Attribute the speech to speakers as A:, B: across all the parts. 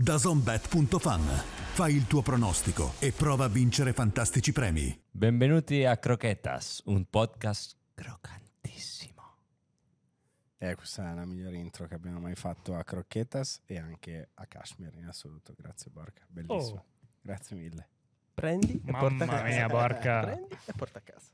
A: DAZNBet.fan. Fai il tuo pronostico e prova a vincere fantastici premi.
B: Benvenuti a Croquetas, un podcast croccantissimo.
C: Questa è la migliore intro che abbiamo mai fatto a Croquetas e anche a Kashmir in assoluto. Grazie Borca, bellissimo. Grazie mille.
D: Prendi e porta a casa.
E: Mamma mia, Borca.
D: Prendi e porta a casa.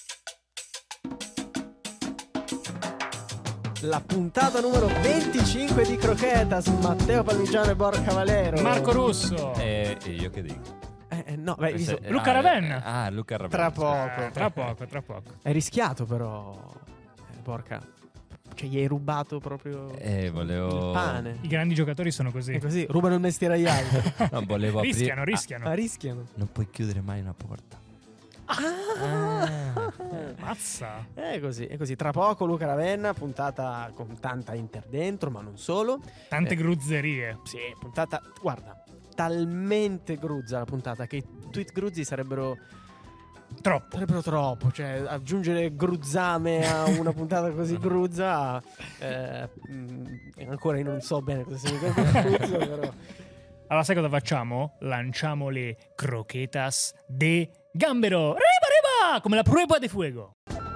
D: La puntata numero 25 di Croquetas. Matteo Palmigiano e Borca Valero.
E: Marco Russo.
B: E io che dico?
D: No, beh,
E: Luca Ravenna.
B: Luca Ravenna.
D: Tra poco.
E: Tra poco.
D: È rischiato però, Borca. Cioè gli hai rubato proprio
B: volevo...
D: il pane.
E: I grandi giocatori sono così.
D: È così, rubano il mestiere agli altri.
B: No, volevo aprire...
E: Rischiano.
D: Rischiano.
B: Non puoi chiudere mai una porta.
E: Mazza.
D: È così. Tra poco Luca Ravenna, puntata con tanta Inter dentro, ma non solo.
E: Tante gruzzerie.
D: Sì, puntata, guarda, talmente gruzza la puntata che i tweet gruzzi sarebbero troppo. Cioè, aggiungere gruzzame a una puntata così gruzza, ancora io non so bene cosa significa gruzzo, però.
E: Allora, sai cosa facciamo? Lanciamo le croquetas de gambero. Riba! Come la prueba de fuego.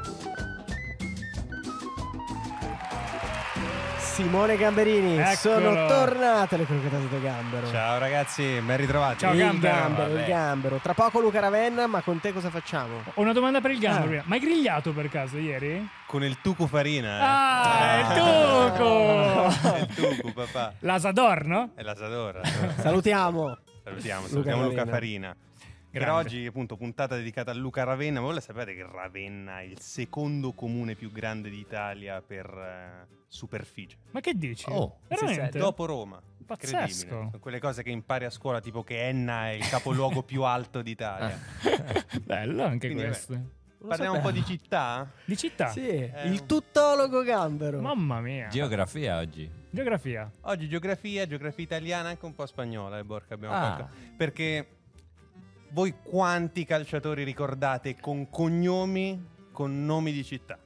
D: Simone Gamberini,
E: Eccolo.
D: sono tornate le croquetas del Gambero.
C: Ciao ragazzi, ben ritrovati.
E: Ciao,
D: Il Gambero. Tra poco Luca Ravenna, ma con te cosa facciamo?
E: Ho una domanda per il gambero. Ma hai grigliato per caso ieri?
C: Con il tucu farina.
E: Ah, il tuco!
C: Il tucu, papà.
E: L'Asador, no?
C: È l'Asadora.
D: Salutiamo.
C: Salutiamo Luca Farina. Per
E: Grande.
C: oggi, appunto, puntata dedicata a Luca Ravenna. Ma voi lo sapete che Ravenna è il secondo comune più grande d'Italia per superficie?
E: Ma che dici?
B: Oh,
E: veramente?
C: Dopo Roma.
E: Pazzesco.
C: Incredibile. Sono quelle cose che impari a scuola, tipo che Enna è il capoluogo più alto d'Italia.
E: Bello anche
C: Quindi,
E: questo.
C: Parliamo un po' di città?
E: Di città.
D: Sì, il tuttologo Gambero.
E: Mamma mia.
B: Geografia oggi.
E: Geografia.
C: Oggi geografia italiana, anche un po' spagnola, Borca, abbiamo
B: Ah.
C: perché voi quanti calciatori ricordate con cognomi, con nomi di città?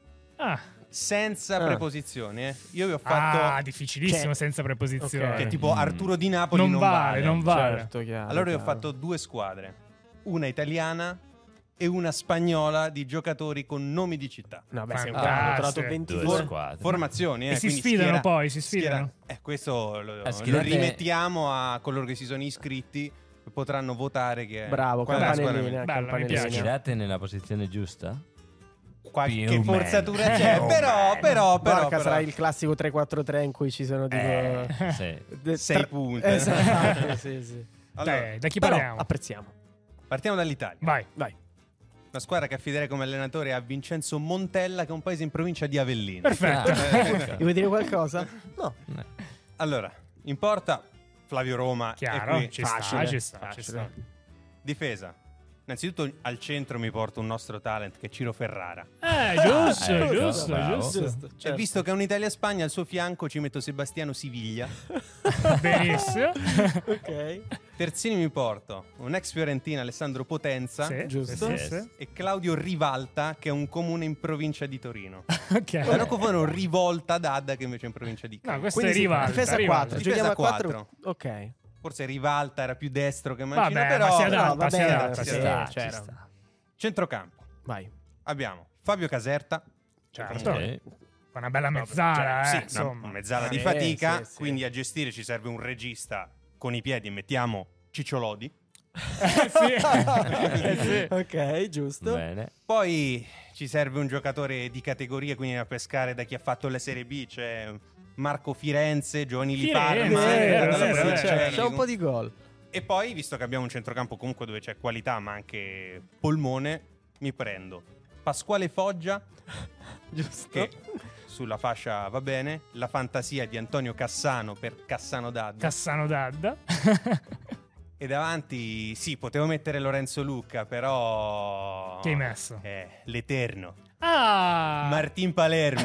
C: Senza preposizioni, Io vi ho fatto
E: difficilissimo
D: Cioè,
E: senza preposizioni.
D: ok.
C: che tipo Arturo di Napoli
E: Non vale.
D: Certo, chiaro.
C: Allora io ho fatto due squadre, una italiana e una spagnola di giocatori con nomi di città.
D: No, beh, sei un
E: Fantastico.
D: cavolo, ho trovato
B: Due
D: 22.
B: squadre.
C: Formazioni,
E: E si
C: quindi
E: sfidano poi, si sfidano.
C: questo lo
B: schierate-
C: rimettiamo a coloro che si sono iscritti, potranno votare che
D: Bravo,
C: qual è la squadra
D: campanellina.
E: Bello, mi
D: campanellina.
E: piace.
B: Girate nella posizione giusta?
C: qualche
B: Più o
C: forzatura
B: meno.
C: c'è, però
D: Porca sarà il classico 3-4-3 in cui ci sono tipo
B: Sì.
C: 6 punti.
D: Esatto, sì.
C: Allora,
E: Dai, da chi
D: Però
E: parliamo?
D: apprezziamo.
C: partiamo dall'Italia.
E: Vai.
C: Una squadra che affiderei come allenatore a Vincenzo Montella, che è un paese in provincia di Avellino.
E: Perfetto.
D: Vuoi dire qualcosa? No.
C: Allora, in porta Flavio Roma.
E: Chiaro,
C: e qui
E: ci
D: facile,
E: sta.
D: facile.
C: difesa. Innanzitutto al centro mi porto un nostro talent che è Ciro Ferrara.
E: Giusto.
B: bravo.
C: E visto che è un'Italia-Spagna, al suo fianco ci metto Sebastiano Siviglia.
E: Benissimo.
D: Ok.
C: Terzini mi porto un ex Fiorentina, Alessandro Potenza.
E: Sì,
D: Giusto.
E: sì.
C: E Claudio Rivalta, che è un comune in provincia di Torino.
E: Ok.
C: La Rocco Rivolta d'Adda, che invece è in provincia di Cagliari.
E: No, questo
D: Quindi
E: è Rivalta.
D: difesa
E: Rivalta.
D: 4.
C: Difesa
D: Giochiamo a
C: 4.
D: 4. Ok.
C: Forse Rivalta era più destro che Mancino,
E: Vabbè,
C: però
E: ma si
D: no,
E: adatta,
D: va
E: si
D: bene,
E: adatta.
D: sì,
E: si adatta.
D: c'era.
C: Centrocampo.
D: Vai.
C: Abbiamo Fabio Caserta.
E: Certo.
B: Ok.
E: Una bella mezzala,
C: Sì,
E: insomma.
C: una mezzala di
D: Sì,
C: fatica,
D: sì.
C: quindi a gestire ci serve un regista con i piedi, mettiamo Cicciolodi.
E: Sì.
D: Ok, giusto.
B: Bene.
C: Poi ci serve un giocatore di categoria, quindi a pescare da chi ha fatto la Serie B, cioè Marco Firenze, Giovanili
E: Firenze,
C: Parma.
E: vero,
C: dalla
E: vero,
C: Vercelli.
E: vero.
D: C'è un po' di gol.
C: E poi, visto che abbiamo un centrocampo comunque dove c'è qualità ma anche polmone, mi prendo Pasquale Foggia,
D: Giusto.
C: che sulla fascia va bene, la fantasia di Antonio Cassano per Cassano Dadda.
E: Cassano Dadda.
C: E davanti, sì, potevo mettere Lorenzo Lucca, però...
E: Che hai messo?
C: l'Eterno. Martin Palermo.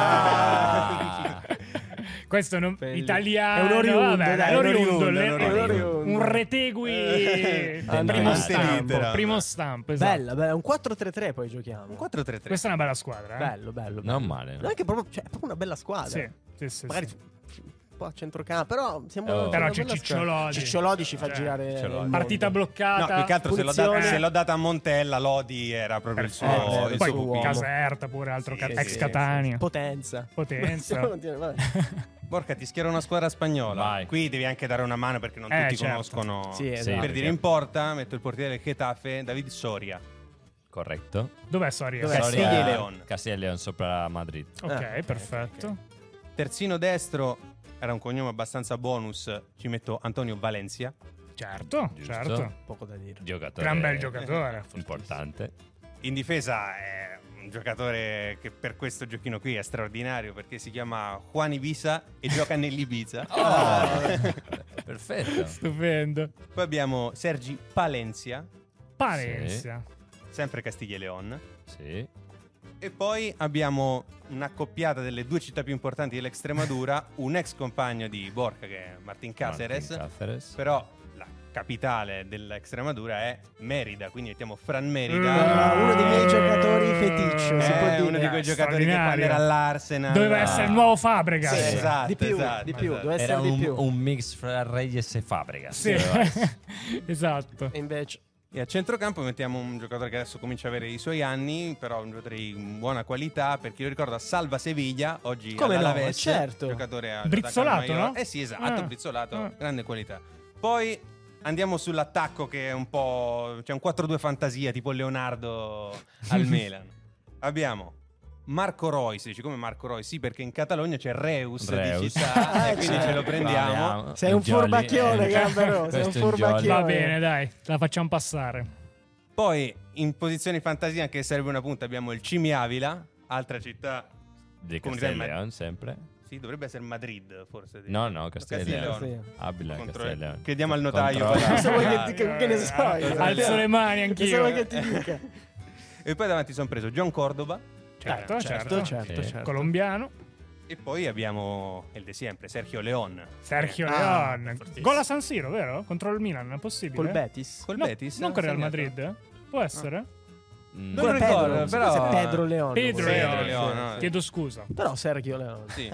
E: Questo non
D: Bello.
E: italiano.
D: È un oriundo,
E: vabbè,
D: dai,
E: è un oriundo,
C: è un oriundo.
E: un retegui primo
B: Ante
E: stampo,
C: litteram.
E: primo stampo, esatto.
D: Bella, un 4-3-3 poi giochiamo.
C: Un 4-3-3.
E: Questa è una bella squadra,
D: Bello.
B: Non male.
D: Non è che proprio, cioè, è proprio una bella squadra.
E: Sì.
D: Magari un po' a centrocampo. Però siamo
E: Però
D: una
E: c'è
D: bella
E: Cicciolodi.
D: Cicciolodi ci fa girare il mondo.
E: Partita
C: No,
E: bloccata.
C: più che altro
D: Punizione.
C: se l'ho data a Montella, Lodi era proprio il suo
D: il
E: Poi
D: suo uomo.
E: Caserta pure, altro
C: Sì,
E: ex
C: sì,
E: Catania.
D: Potenza.
E: Potenza.
D: Vabbè.
C: Borca, ti schiero una squadra spagnola.
B: Vai.
C: Qui devi anche dare una mano perché non tutti
E: certo.
C: conoscono.
D: Sì, esatto.
C: Per dire in porta, metto il portiere del Getafe, David Soria.
B: Corretto.
E: Dov'è Soria?
D: Dov'è?
C: Castilla
B: Soria-
C: e León.
B: Castilla e León sopra Madrid.
E: Ok, perfetto.
C: Terzino destro, era un cognome abbastanza bonus, ci metto Antonio Valencia.
E: Certo,
B: Giusto.
E: certo.
D: Poco da dire.
B: Giocatore
E: Gran bel giocatore.
B: importante.
C: In difesa è un giocatore che per questo giochino qui è straordinario perché si chiama Juan Ibiza e gioca nell'Ibiza.
B: Perfetto.
E: Stupendo.
C: Poi abbiamo Sergi Palencia,
E: Palencia.
C: sempre Castilla e León.
B: Sì.
C: E poi abbiamo un'accoppiata delle due città più importanti dell'Extremadura, un ex compagno di Borca che è Martín Cáceres,
B: Martín Cáceres.
C: però la capitale dell'Extremadura è Merida, quindi mettiamo Fran Merida.
D: Uno dei miei giocatori feticcio, si può
C: È
D: dire.
C: uno di quei giocatori che quando
E: straordinario.
C: era all'Arsenal
E: Doveva essere il nuovo Fabregas.
C: Sì, esatto,
D: Di più,
C: esatto,
D: di più.
C: esatto.
D: Deve essere
B: Era
D: di più.
B: un mix fra Reyes e Fabregas.
E: Sì.
B: Doveva essere.
E: Esatto.
D: E invece...
C: E a centrocampo mettiamo un giocatore che adesso comincia a avere i suoi anni, però un giocatore di buona qualità, perché io ricordo Salva Seviglia, oggi
D: Come no,
C: all'Alaves,
D: certo.
C: giocatore a
E: Brizzolato,
C: Giocatore
E: no?
C: Eh sì, esatto,
E: Ah.
C: brizzolato,
E: Ah.
C: grande qualità. Poi andiamo sull'attacco che è un po'... c'è un 4-2 fantasia, tipo Leonardo al Milan. Abbiamo Marco Reus, dici come Marco Reus? Sì, perché in Catalogna c'è Reus,
B: Reus.
C: di città, e quindi ce lo prendiamo.
B: Parliamo.
D: Sei un
B: Gioli,
D: furbacchione, Gambero, sei un
B: questo è Gioli.
D: furbacchione.
E: Va bene, dai, la facciamo passare.
C: Poi in posizione fantasia, anche se serve una punta, abbiamo il Cimi Avila, altra città.
B: Di
C: Comunità
B: Castilla e
C: in
B: León sempre.
C: Sì, dovrebbe essere Madrid, forse.
B: No, Castilla e León.
D: León.
B: Abile
C: Contro-
B: Castilla e León.
C: chiediamo al notaio.
B: Controlla.
D: Cosa vuoi che ne so io?
E: Alzo le mani
D: Cosa
E: anch'io.
D: vuoi che ti dica?
C: E poi davanti sono preso John Cordoba.
E: Certo,
D: Certo,
E: certo.
B: Sì.
E: Colombiano.
C: E poi abbiamo il de sempre, Sergio León.
E: Sergio
D: Ah,
E: León.
C: fortissimo.
E: Gol a San Siro, vero? Contro il Milan, è possibile?
D: Col Betis?
C: Col
E: No,
C: Betis?
E: non con Real
C: segnato.
E: Madrid? Può essere?
B: Mm.
C: Non lo
D: Pedro,
C: ricordo, però-
D: forse è Pedro León.
E: Pedro
C: Pedro
E: León.
C: León, no?
E: Chiedo scusa.
D: Però Sergio León.
C: Sì.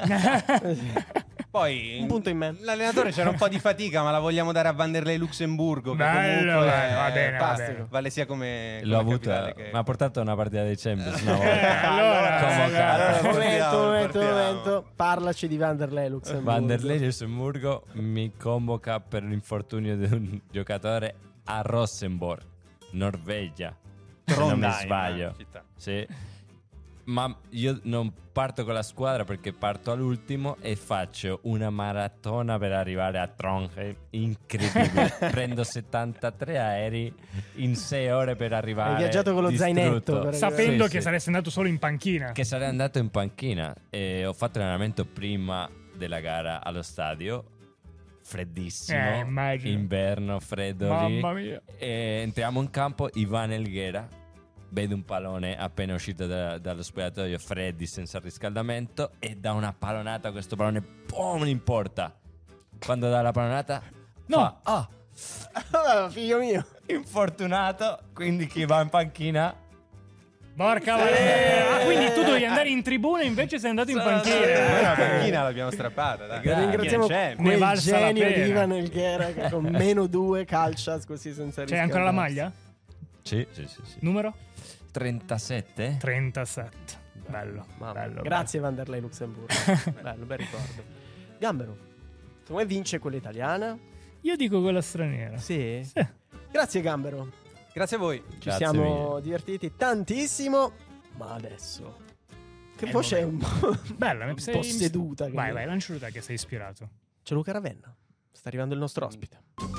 C: Poi
D: Un punto in meno.
C: l'allenatore c'era un po' di fatica, ma la vogliamo dare a Vanderlei Lussemburgo. Che
E: Bello,
C: comunque
E: bello, va bene, va
C: fantastico.
E: bene.
C: Vale sia come
B: L'ho avuta,
C: capitale che...
B: mi ha portato a una partita dei Champions una volta.
E: Allora,
B: Convocato.
D: Momento. Parlaci di Vanderlei Luxemburgo.
B: Vanderlei Lussemburgo mi convoca per l'infortunio di un giocatore a Rosenborg, Norvegia. Se non mi
C: Trondheim,
B: sbaglio.
C: città.
B: Sì. Ma io non parto con la squadra perché parto all'ultimo e faccio una maratona per arrivare a Trondheim. Incredibile. Prendo 73 aerei in 6 ore per arrivare.
D: Hai viaggiato con lo
B: distrutto.
D: zainetto per-
E: sapendo
B: Sì,
E: che
B: sì.
E: saresti andato solo in panchina.
B: Che sarei andato in panchina e ho fatto allenamento prima della gara allo stadio. Freddissimo,
E: immagino.
B: inverno, freddo lì.
E: Mamma mia.
B: E entriamo in campo, Ivan Elguera vede un pallone appena uscito dallo spogliatoio, freddi, senza riscaldamento, e dà una pallonata, questo pallone boom, in porta. Quando dà la pallonata
E: No.
B: fa,
D: Figlio mio.
B: infortunato, quindi chi va in panchina
E: Porca valeria. Ah, quindi tu dovevi andare in tribuna, invece sei andato in panchina.
C: Noi la panchina l'abbiamo strappata, dai.
D: Ringraziamo
C: C'è.
E: Ne è
D: quel
E: valsa la
D: genio di
E: pena.
D: Ivan Elguera che con -2 calcia così senza
E: C'hai ancora la
D: riscaldarsi.
E: maglia?
B: sì.
E: Numero?
B: 37.
E: 37. Bello.
D: Mamma,
E: bello.
D: grazie Vanderlei Luxemburgo. Bello, bel ricordo. Gambero, secondo me vince quella italiana?
E: bello. Io dico quella straniera.
D: Sì.
E: Sì.
D: Grazie Gambero.
C: Grazie a voi.
D: Ci
B: Grazie
D: siamo
B: mille.
D: divertiti tantissimo. Ma adesso che voce è un po',
E: Bella,
D: un po' seduta. che-
E: Vai, lancialo te che sei ispirato.
D: C'è Luca Ravenna. Sta arrivando il nostro ospite.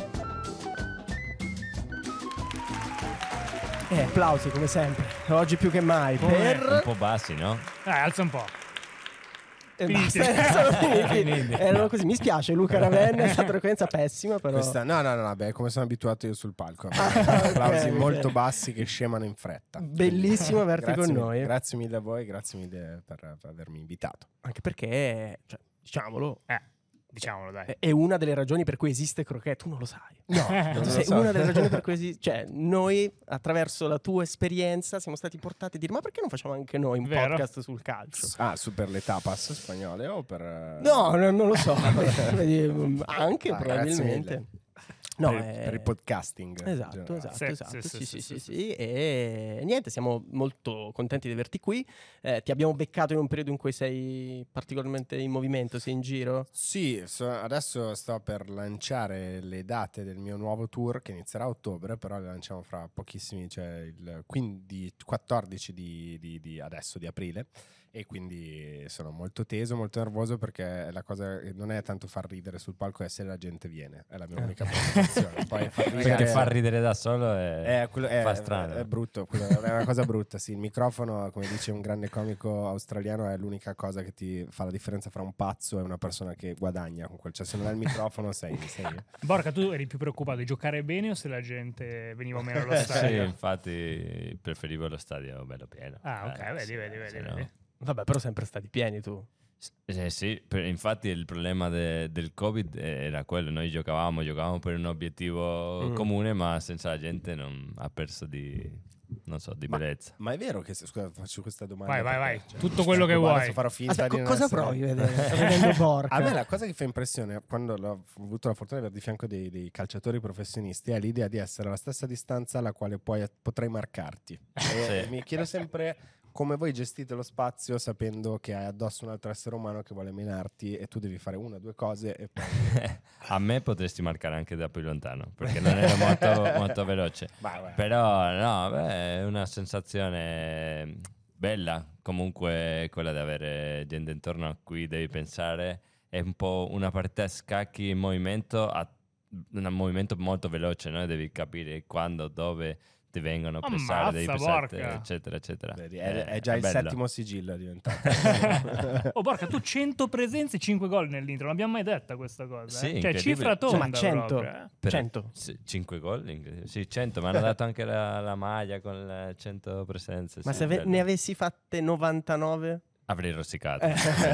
D: Applausi come sempre. Oggi più che mai.
B: Un
D: Per
B: po' bassi, no?
E: Dai, alza un po'.
D: basta,
E: finiti.
D: sono finiti.
B: Finiti.
D: Erano così. Mi spiace, Luca Ravenna è stata una frequenza pessima, però.
F: No, beh, come sono abituato io sul palco.
D: ok,
F: Applausi
D: ok.
F: molto bassi che scemano in fretta.
D: Bellissimo averti
F: Grazie
D: con
F: mille-
D: noi.
F: Grazie mille a voi, grazie mille per avermi invitato.
D: Anche perché, cioè, diciamolo,
E: Diciamolo, dai.
D: È una delle ragioni per cui esiste Croquet, tu non lo sai.
F: No,
D: Tu
F: non lo
D: sei
F: so.
D: una delle ragioni per cui esiste. Cioè, noi, attraverso la tua esperienza, siamo stati portati a dire: ma perché non facciamo anche noi un
E: Vero.
D: podcast sul calcio?
F: Ah, su per le tapas spagnole o per...
D: No, non lo so. Anche
F: Ah,
D: probabilmente.
F: grazie
D: No,
F: per il podcasting.
D: Esatto,
F: in generale.
D: esatto,
E: Sì,
D: sì. E niente, siamo molto contenti di averti qui. Ti abbiamo beccato in un periodo in cui sei particolarmente in movimento, sei in giro.
F: Sì, adesso sto per lanciare le date del mio nuovo tour che inizierà a ottobre, però le lanciamo fra pochissimi, cioè il 14 di adesso, di aprile. E quindi sono molto teso, molto nervoso, perché la cosa non è tanto far ridere sul palco, è se la gente viene, è la mia unica preoccupazione. Poi
B: Perché far ridere da solo fa strano.
F: è brutto, è una cosa brutta, sì. Il microfono, come dice un grande comico australiano, è l'unica cosa che ti fa la differenza fra un pazzo e una persona che guadagna con quel, cioè se non hai il microfono sei
E: Borca, tu eri più preoccupato di giocare bene o se la gente veniva o meno allo
B: Sì,
E: stadio?
B: infatti preferivo lo stadio bello pieno.
E: Ah, ok,
B: Sì,
E: vedi.
B: se no-
D: Vabbè, però sempre stati pieni tu.
B: Sì, infatti il problema del Covid era quello, noi giocavamo per un obiettivo comune, ma senza la gente non ha perso di bellezza.
F: Ma è vero che scusa, faccio questa domanda.
E: Vai.
F: perché,
E: Tutto quello che
F: guarda,
E: vuoi.
F: adesso farò finta
D: Aspetta,
F: di non
D: cosa
F: essere-
D: provi a vedere? Sto vedendo Borca.
F: A me la cosa che fa impressione quando ho avuto la fortuna di avere di fianco dei calciatori professionisti è l'idea di essere alla stessa distanza alla quale poi potrai marcarti. E
B: Sì.
F: mi chiedo sempre come voi gestite lo spazio sapendo che hai addosso un altro essere umano che vuole menarti e tu devi fare una o due cose e poi...
B: A me potresti marcare anche da più lontano, perché non ero molto, molto veloce.
F: Vai.
B: Però no, beh, è una sensazione bella, comunque quella di avere gente intorno a cui devi pensare. È un po' una partita a scacchi in movimento, un movimento molto veloce, no? Devi capire quando, dove ti vengono a pressare, devi
E: Ammazza,
B: pressarti,
E: porca.
B: eccetera, eccetera.
F: Vedi, è già il
B: bello.
F: settimo sigillo è diventato.
E: Oh, Borca, tu 100 presenze e 5 gol nell'intro. Non abbiamo mai detta questa cosa.
B: Sì,
E: Cioè,
B: incredibile.
E: cifra tonda
D: Ma 100.
E: proprio, eh.
B: Per-
D: 100.
B: Sì, 5 gol? Sì, 100, mi hanno dato anche la maglia con le 100 presenze.
D: Ma
B: sì,
D: se
B: bello.
D: ne avessi fatte 99?
B: Avrei rosicato.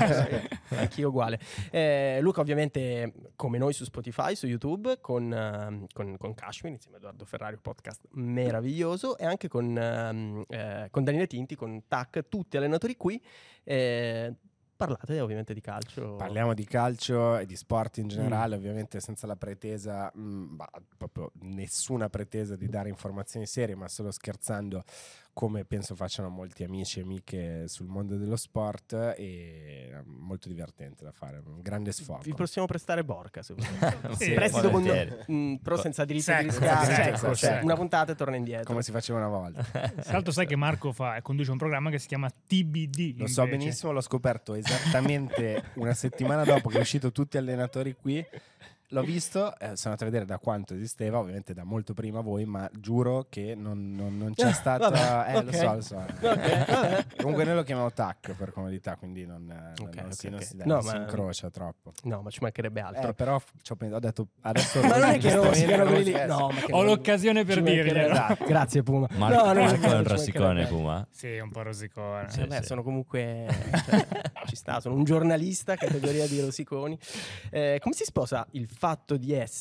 D: Anch'io uguale. Luca ovviamente come noi su Spotify, su YouTube con Kashmir insieme a Edoardo Ferrari, un podcast meraviglioso, e anche con Daniele Tinti, con TAC, tutti allenatori qui. Parlate ovviamente di calcio.
F: Parliamo di calcio e di sport in generale, ovviamente senza la pretesa, proprio nessuna pretesa di dare informazioni serie, ma solo scherzando, come penso facciano molti amici e amiche sul mondo dello sport, e molto divertente da fare, un grande sfogo.
D: Vi possiamo prestare Borca se volete.
E: Sì,
D: Prestito con
B: volentieri.
D: però senza diritto
E: Secco,
D: di riscatto.
E: secco,
D: Cioè,
E: secco.
D: una puntata e torna indietro.
F: Come si faceva una volta.
E: Tra l'altro sai che Marco conduce un programma che si chiama TBD.
F: Lo so
E: invece.
F: benissimo, l'ho scoperto esattamente una settimana dopo che è uscito Tutti allenatori qui. L'ho visto, sono andato a vedere da quanto esisteva, ovviamente da molto prima voi, ma giuro che non c'è stato...
D: vabbè,
F: Lo
D: ok.
F: so.
D: Ok, vabbè.
F: Comunque noi lo chiamiamo TAC per comodità, quindi non
D: Ok,
F: si
D: ok.
F: non
D: No,
F: si
D: ma-
F: incrocia troppo.
D: No, ma ci mancherebbe altro.
F: Però ho detto adesso...
D: Ma non è che rosicano quelli lì.
F: giustamente-
D: No, ma che
E: Ho l'occasione per
D: ci mancherebbe.
E: dirglielo.
D: Esatto. Grazie Puma.
B: Marco,
D: No,
B: Marco
D: ci
B: è un
D: mancherebbe.
B: rossicone, Puma.
E: Sì, un po' rosicone.
B: Sì.
D: Vabbè, sono comunque ci sta, sono un giornalista, categoria di rosiconi. Come si sposa il fatto di essere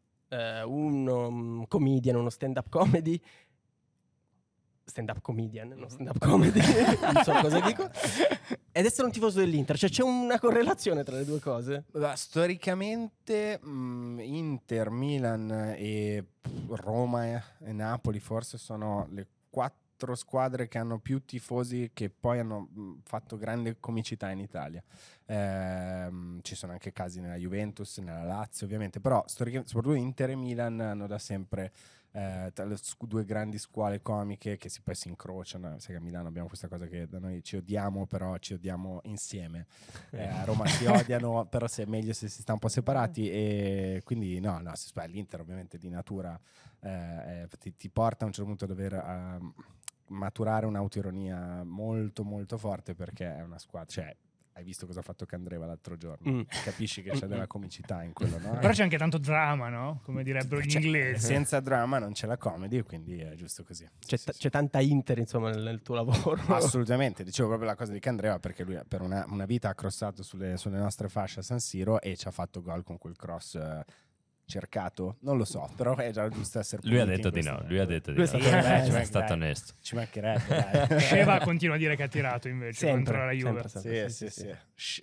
D: un comedian, uno stand-up comedy? Stand-up comedian, no stand-up comedy, non so cosa dico. Ed essere un tifoso dell'Inter, cioè c'è una correlazione tra le due cose?
F: Storicamente Inter, Milan e Roma e Napoli forse sono le 4 squadre che hanno più tifosi che poi hanno fatto grande comicità in Italia. Ci sono anche casi nella Juventus, nella Lazio ovviamente, però storicamente soprattutto Inter e Milan hanno da sempre tra le due grandi scuole comiche che poi si incrociano. Sai che a Milano abbiamo questa cosa che da noi ci odiamo, però ci odiamo insieme. A Roma si odiano, però è meglio se si sta un po' separati, e quindi no, l'Inter ovviamente di natura ti porta a un certo punto a dover maturare un'autoironia molto molto forte, perché è una squadra, cioè hai visto cosa ha fatto Candreva l'altro giorno, capisci che c'è della comicità in quello, no?
E: Però c'è anche tanto dramma, no? Come direbbero gli inglesi.
F: Senza dramma non c'è la comedy, quindi è giusto così.
D: C'è tanta Inter, insomma, nel tuo lavoro.
F: Assolutamente, dicevo proprio la cosa di Candreva perché lui per una vita ha crossato sulle nostre fasce a San Siro e ci ha fatto gol con quel cross cercato, non lo so, però è già giusto essere
B: Lui ha
F: puliti
B: detto
F: in
B: di no,
F: questo-
B: lui ha detto di
D: Lui
B: no.
D: è stato onesto.
B: È stato onesto.
F: Ci mancherebbe, dai.
E: Sheva continua a dire che ha tirato invece
D: Sempre,
E: contro la Juve.
D: sempre.
F: Sì.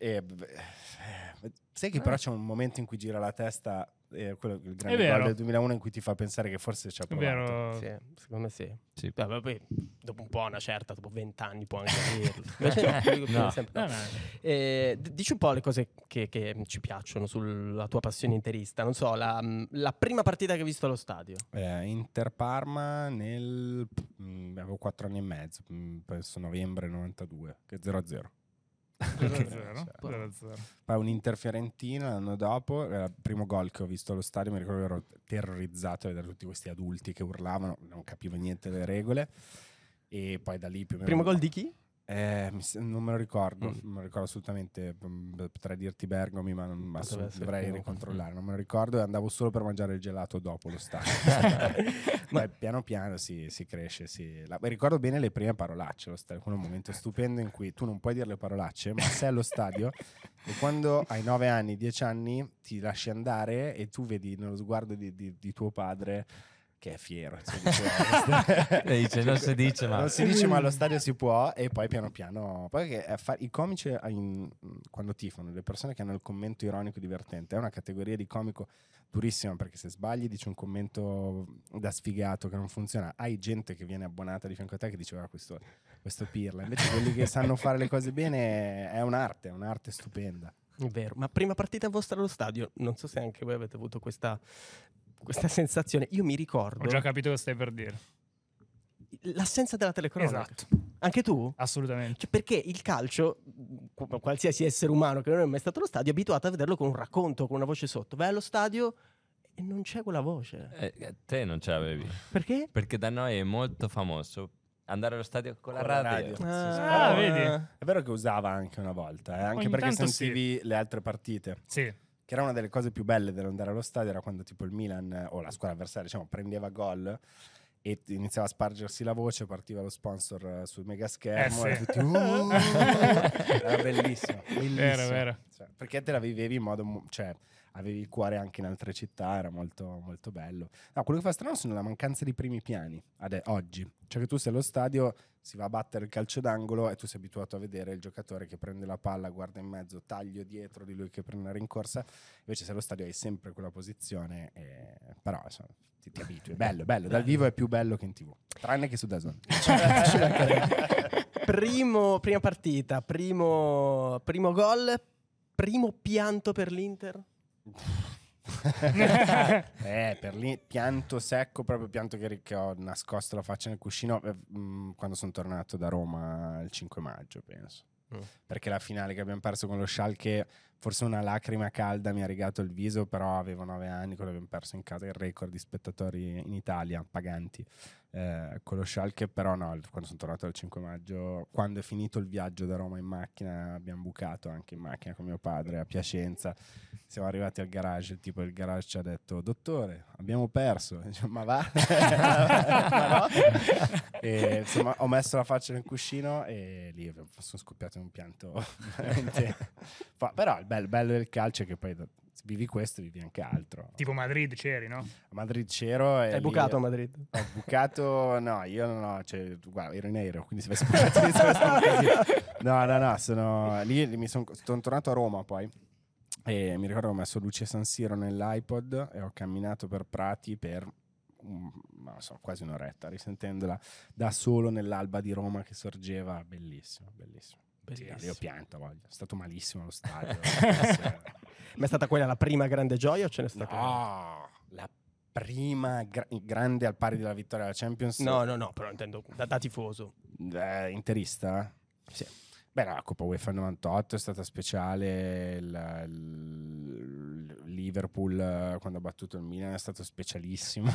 F: Sai che però c'è un momento in cui gira la testa, quello, il grande
E: vero.
F: gol del 2001 in cui ti fa pensare che forse ci ha
E: È
F: provato.
E: vero.
D: Sì, secondo me sì.
B: Sì.
D: Vabbè, poi dopo un po', una certa, dopo 20 anni può anche dirlo. Invece no,
B: No.
D: sempre no.
E: No.
D: Dici un po' le cose che ci piacciono sulla tua passione interista. Non so, la prima partita che hai visto allo stadio.
F: Inter-Parma avevo 4 anni e mezzo, penso novembre 92, che 0-0.
E: 0-0.
F: Poi un Inter-Fiorentina l'anno dopo, il primo gol che ho visto allo stadio, mi ricordo che ero terrorizzato a vedere tutti questi adulti che urlavano, non capivo niente delle regole, e poi da lì più o meno...
D: Primo gol di chi?
F: Non me lo ricordo, non me lo ricordo assolutamente, potrei dirti Bergomi, ma dovrei ricontrollare, non me lo ricordo, e andavo solo per mangiare il gelato dopo lo stadio. Ma piano piano si cresce, ricordo bene le prime parolacce allo stadio, quello è un momento stupendo in cui tu non puoi dire le parolacce, ma sei allo stadio e quando hai 9 anni, 10 anni ti lasci andare e tu vedi nello sguardo di tuo padre che è fiero,
B: Dice, non si dice, ma...
F: non si dice, ma allo stadio si può, e poi piano piano poi che i comici quando tifano, le persone che hanno il commento ironico divertente, è una categoria di comico durissima, perché se sbagli dici un commento da sfigato che non funziona, hai gente che viene abbonata di fianco a te che diceva questo pirla, invece quelli che sanno fare le cose bene è un'arte stupenda.
D: È vero, ma prima partita vostra allo stadio, non so se anche voi avete avuto questa sensazione. Io mi ricordo
E: Ho già capito cosa stai per dire.
D: l'assenza della telecronaca.
E: Esatto,
D: Anche tu?
E: assolutamente.
D: Cioè, perché il calcio, qualsiasi essere umano che non è mai stato allo stadio, è abituato a vederlo con un racconto, con una voce sotto. Vai allo stadio e non c'è quella voce.
B: Te non ce l'avevi.
D: Perché?
B: Perché da noi è molto famoso andare allo stadio con la radio.
E: Ah, vedi?
F: È vero che usava anche una volta, anche
E: Ogni
F: perché
E: tanto
F: sentivi le altre partite.
E: Sì.
F: Che era una delle cose più belle dell'andare allo stadio, era quando tipo il Milan o la squadra avversaria, diciamo, prendeva gol e iniziava a spargersi la voce, partiva lo sponsor sul megaschermo
E: sì.
F: e tutti era bellissimo, bellissimo.
E: Vero.
F: Cioè, perché te la vivevi in modo, cioè avevi il cuore anche in altre città, era molto molto bello. No, quello che fa strano sono la mancanza di primi piani oggi, cioè che tu sei allo stadio, si va a battere il calcio d'angolo e tu sei abituato a vedere il giocatore che prende la palla, guarda in mezzo, taglio dietro di lui che prende la rincorsa, invece se allo stadio hai sempre quella posizione, però insomma, ti abitui, è bello, dal vivo è più bello che in TV, tranne che su DAZN.
D: Prima partita, primo gol, primo pianto per l'Inter.
F: Per lì pianto secco, proprio pianto che ho nascosto la faccia nel cuscino quando sono tornato da Roma il 5 maggio, penso. Perché la finale che abbiamo perso con lo Schalke, forse una lacrima calda mi ha rigato il viso, però avevo 9 anni quando abbiamo perso in casa il record di spettatori in Italia paganti con lo Schalke, però no, quando sono tornato il 5 maggio, quando è finito il viaggio da Roma in macchina, abbiamo bucato anche in macchina con mio padre a Piacenza, siamo arrivati al garage, il tipo del garage ci ha detto: dottore, abbiamo perso. E dicevo, ma va? Ma no? E insomma ho messo la faccia nel cuscino e lì sono scoppiato in un pianto veramente. Però il bello del calcio è che poi se vivi questo vivi anche altro.
E: Tipo Madrid c'eri, no?
F: A Madrid c'ero e
D: Hai bucato a Madrid?
F: Ho bucato, no, io non ho, cioè, guarda, ero in aereo, quindi se avessi bucato iniziava a essere un casino. No, sono lì, sono tornato a Roma poi e mi ricordo che ho messo Luce San Siro nell'iPod e ho camminato per Prati per non so, quasi un'oretta, risentendola da solo nell'alba di Roma che sorgeva, bellissimo. Sì, io ho pianto, voglio. È stato malissimo lo stadio.
D: Ma è stata quella la prima grande gioia o ce n'è stata?
F: No, la prima grande al pari della vittoria alla Champions.
D: No, però intendo da tifoso.
F: Interista?
D: Sì.
F: Beh, la Coppa UEFA 98 è stata speciale, il Liverpool quando ha battuto il Milan è stato specialissimo.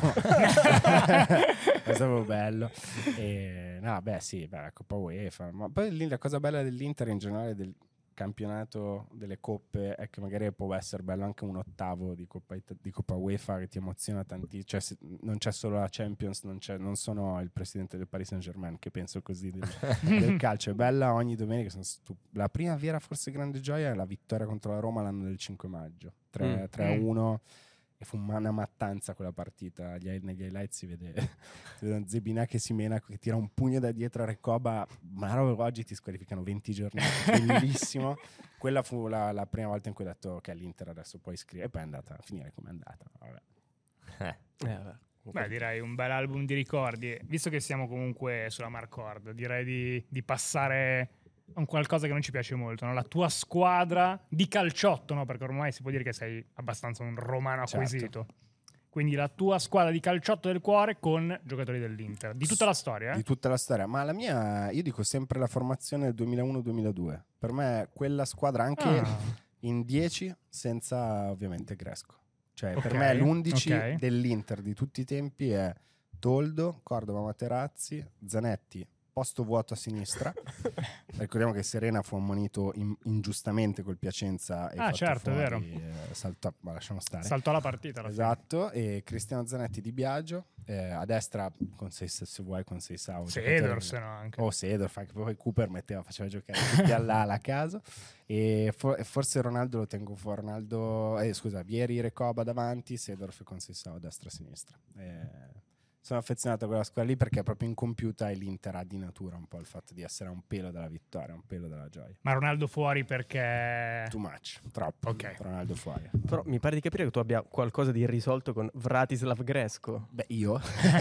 F: È stato bello. La Coppa UEFA. Ma poi lì la cosa bella dell'Inter in generale campionato delle coppe è che magari può essere bello anche un ottavo di Coppa UEFA che ti emoziona tantissimo, cioè non c'è solo la Champions, non sono il presidente del Paris Saint-Germain che penso così del calcio, è bella ogni domenica, la prima vera forse grande gioia è la vittoria contro la Roma l'anno del 5 maggio 3-1 e fu una mattanza quella partita. Negli highlight si vede Zebina che si mena, che tira un pugno da dietro a Recoba, ma oggi ti squalificano 20 giorni, bellissimo. Quella fu la prima volta in cui ho detto che l'Inter adesso puoi iscrivere, e poi è andata a finire come è andata. Vabbè.
E: Beh, direi un bel album di ricordi. Visto che siamo comunque sulla Marcord, direi di passare a un qualcosa che non ci piace molto, no? La tua squadra di calciotto, no? Perché ormai si può dire che sei abbastanza un romano acquisito.
F: Certo.
E: Quindi la tua squadra di calciotto del cuore con giocatori dell'Inter. Di tutta la storia,
F: Di tutta la storia. Ma la mia, io dico sempre la formazione del 2001-2002. Per me quella squadra anche in 10 senza ovviamente Gresco. Cioè per me l'11 dell'Inter di tutti i tempi è Toldo, Cordova, Materazzi, Zanetti, posto vuoto a sinistra. Ricordiamo che Serena fu ammonito ingiustamente col Piacenza e
E: certo,
F: fuori,
E: è vero.
F: ma lasciamo stare.
E: Saltò la partita.
F: Esatto, e Cristiano Zanetti di Biagio, a destra con se vuoi con Seisao.
E: Sedorf, se no anche.
F: O Sedorf, anche poi Cooper faceva giocare tutti alla caso. E forse Ronaldo lo tengo fuori. Vieri, Recoba davanti, Sedorf con Seisao destra-sinistra. Sono affezionato a quella squadra lì perché è proprio incompiuta e l'Inter ha di natura un po' il fatto di essere un pelo della vittoria, un pelo della gioia.
E: Ma Ronaldo fuori perché...
F: Too much, troppo.
E: Ok.
F: Ronaldo fuori.
D: Però mi pare di capire che tu abbia qualcosa di irrisolto con Vratislav Gresco.
F: Beh, io?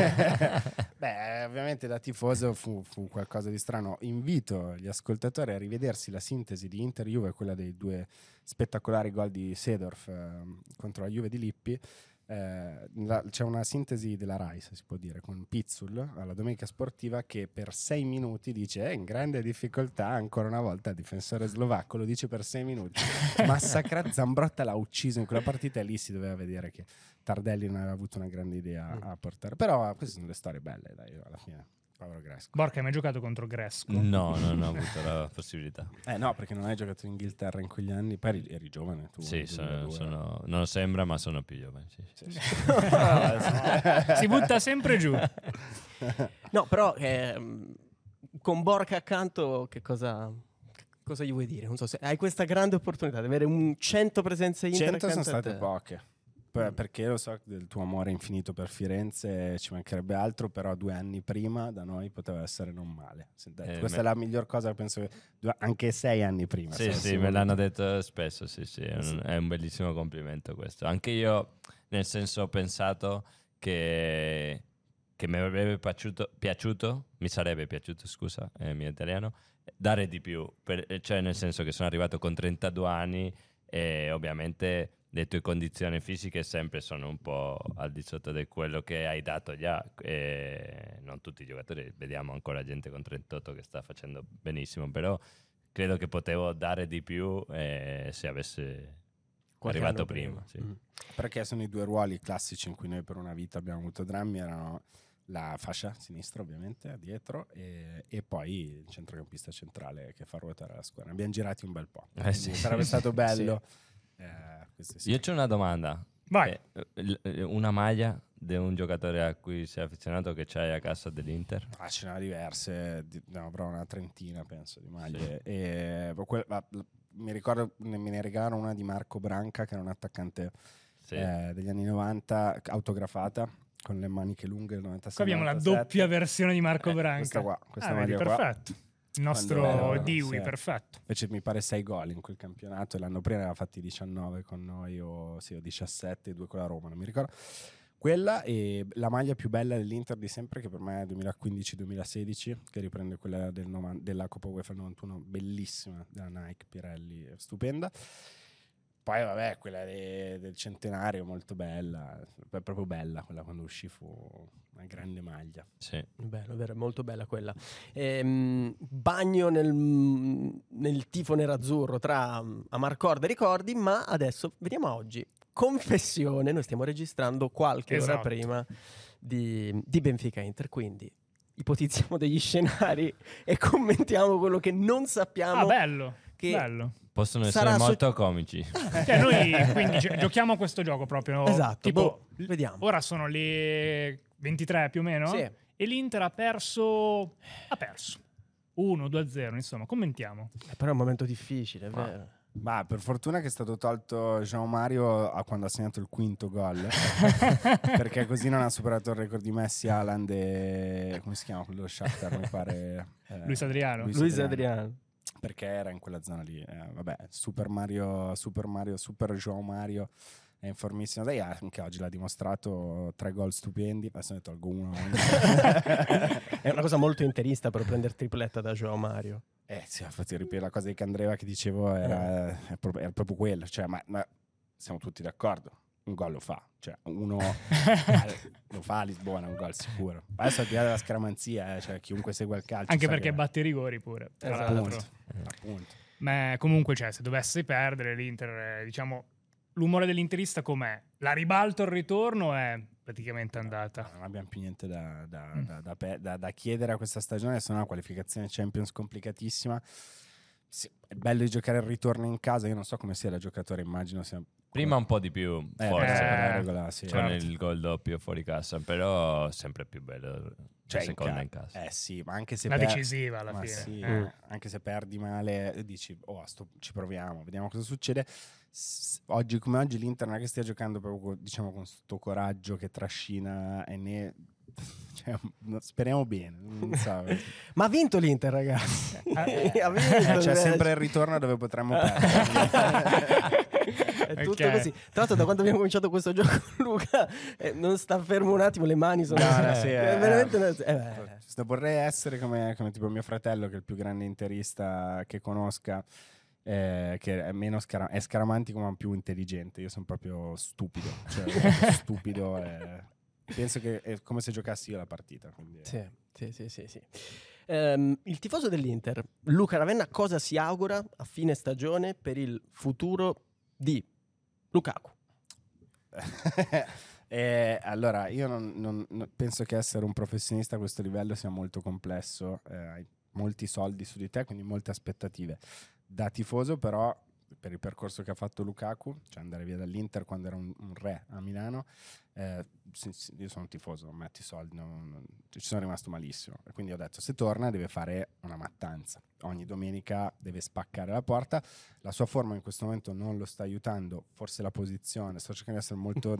F: Beh, ovviamente da tifoso fu qualcosa di strano. Invito gli ascoltatori a rivedersi la sintesi di Inter-Juve, quella dei 2 spettacolari gol di Seedorf contro la Juve di Lippi. C'è una sintesi della Rai, se si può dire, con Pizzul alla Domenica Sportiva che per 6 minuti dice in grande difficoltà ancora una volta il difensore slovacco, lo dice per 6 minuti, massacrato. Zambrotta l'ha ucciso in quella partita e lì si doveva vedere che Tardelli non aveva avuto una grande idea a portare, però queste sono le storie belle, dai, alla fine. Gresco.
E: Borca, hai mai giocato contro Gresco?
B: No, non ho avuto la possibilità.
F: No, perché non hai giocato in Inghilterra in quegli anni. Poi eri giovane tu.
B: Sì, non sembra, ma sono più giovane. Sì.
E: Si butta sempre giù.
D: No, però con Borca accanto che cosa gli vuoi dire? Non so se hai questa grande opportunità di avere un 100 presenze Inter
F: 100 sono state
D: te.
F: poche. Perché lo so del tuo amore infinito per Firenze, ci mancherebbe altro, però 2 anni prima da noi poteva essere non male. Questa è la miglior cosa che penso che anche 6 anni prima.
B: Sì, me l'hanno detto spesso, sì. È un bellissimo complimento questo. Anche io, nel senso, ho pensato che mi avrebbe piaciuto, mi sarebbe piaciuto, scusa, mio italiano, dare di più, cioè nel senso che sono arrivato con 32 anni e ovviamente le tue condizioni fisiche sempre sono un po' al di sotto di quello che hai dato già, e non tutti i giocatori, vediamo ancora gente con 38 che sta facendo benissimo, però credo che potevo dare di più se avesse arrivato prima. Sì.
F: Perché sono i 2 ruoli classici in cui noi per una vita abbiamo avuto drammi, erano la fascia sinistra ovviamente dietro e poi il centrocampista centrale che fa ruotare la squadra. Abbiamo girati un bel po', sarebbe stato bello. Sì.
B: Io c'ho una domanda.
E: Vai.
B: Una maglia di un giocatore a cui sei affezionato che c'hai a casa dell'Inter?
F: Ce n'ha diverse, avrò una trentina penso di maglie.
B: Sì.
F: Mi ricordo me ne regalarono una di Marco Branca che era un attaccante degli anni 90, autografata con le maniche lunghe del 96.
E: Qua abbiamo la doppia versione di Marco Branca.
F: Questa maglia qua.
E: Perfetto. Il nostro Dewey, perfetto.
F: Invece mi pare 6 gol in quel campionato e l'anno prima ne aveva fatti 19 con noi o 17, 2 con la Roma, non mi ricordo. Quella e la maglia più bella dell'Inter di sempre, che per me è 2015-2016, che riprende quella della Coppa UEFA 91, bellissima, della Nike, Pirelli, stupenda. Poi vabbè, quella del centenario, molto bella, è proprio bella quella, quando uscì fu una grande maglia.
B: Sì.
D: Bello, vero, molto bella quella. Bagno nel tifo nerazzurro tra Amarcord e ricordi, ma adesso veniamo a oggi. Confessione, noi stiamo registrando qualche ora prima di Benfica Inter, quindi ipotizziamo degli scenari e commentiamo quello che non sappiamo.
E: Bello.
D: Che
E: bello.
B: Possono
D: Sarà
B: essere
D: su-
B: molto comici.
E: Cioè, noi quindi giochiamo a questo gioco proprio.
D: Esatto,
E: Tipo,
D: vediamo.
E: ora sono le 23 più o meno.
D: Sì.
E: E l'Inter ha perso. 1-2-0, insomma, commentiamo.
D: Però è un momento difficile, è vero.
F: Ma per fortuna che è stato tolto João Mario quando ha segnato il quinto gol, perché così non ha superato il record di Messi, Haaland e come si chiama quello Shakhtar, mi pare
E: Luis Adriano.
D: Luis Adriano.
F: perché era in quella zona lì. Vabbè, Super João Mario è in formissima. Dai, anche oggi l'ha dimostrato, 3 gol stupendi. Adesso ne tolgo uno.
D: È una cosa molto interista per prendere tripletta da João Mario.
F: Sì, infatti la cosa di Candreva che dicevo era proprio quello. Cioè, ma siamo tutti d'accordo. Un gol lo fa, cioè uno lo fa a Lisbona, un gol sicuro. Adesso al di là della scaramanzia, cioè chiunque segua il calcio
E: Anche
F: sa
E: perché
F: che...
E: batte i rigori pure. Tra
D: Esatto.
E: l'altro.
F: appunto.
E: Ma comunque, cioè, se dovesse perdere l'Inter, diciamo, l'umore dell'interista com'è? La ribalto al ritorno è praticamente andata.
F: Non abbiamo più niente da chiedere a questa stagione, se no una qualificazione Champions complicatissima. Sì, è bello di giocare il ritorno in casa, io non so come sia da giocatore, immagino sia...
B: Prima un po' di più, forse,
F: per la regola, sì.
B: con
E: certo.
B: il gol doppio fuori casa, però sempre più bello
F: Cioè,
B: la seconda in casa.
F: sì, ma anche se
E: La decisiva alla
F: ma
E: fine.
F: sì,
E: Eh.
F: anche se perdi male, dici, ci proviamo, vediamo cosa succede. Oggi come oggi l'Inter non è che stia giocando proprio, diciamo, con sto coraggio che trascina e ne... Cioè, speriamo bene, non so.
D: Ma ha vinto l'Inter, ragazzi. Ha vinto,
F: C'è
D: invece.
F: sempre il ritorno dove potremmo perdere.
D: È tutto
E: Ok.
D: così. Tra l'altro, da quando abbiamo cominciato questo gioco, Luca non sta fermo un attimo, le mani sono
F: Sì,
D: veramente.
F: vorrei essere come tipo mio fratello, che è il più grande interista che conosca, che è meno è scaramantico ma più intelligente. Io sono proprio stupido, cioè proprio stupido e penso che è come se giocassi io la partita, quindi...
D: Sì. Il tifoso dell'Inter, Luca Ravenna, cosa si augura a fine stagione per il futuro di Lukaku?
F: Allora, io non penso che essere un professionista a questo livello sia molto complesso. Hai molti soldi su di te, quindi molte aspettative. Da tifoso, però, per il percorso che ha fatto Lukaku, cioè andare via dall'Inter quando era un re a Milano, io sono un tifoso, non metti soldi, ci sono rimasto malissimo. E quindi ho detto, se torna deve fare una mattanza. Ogni domenica deve spaccare la porta. La sua forma in questo momento non lo sta aiutando, forse la posizione, sto cercando di essere molto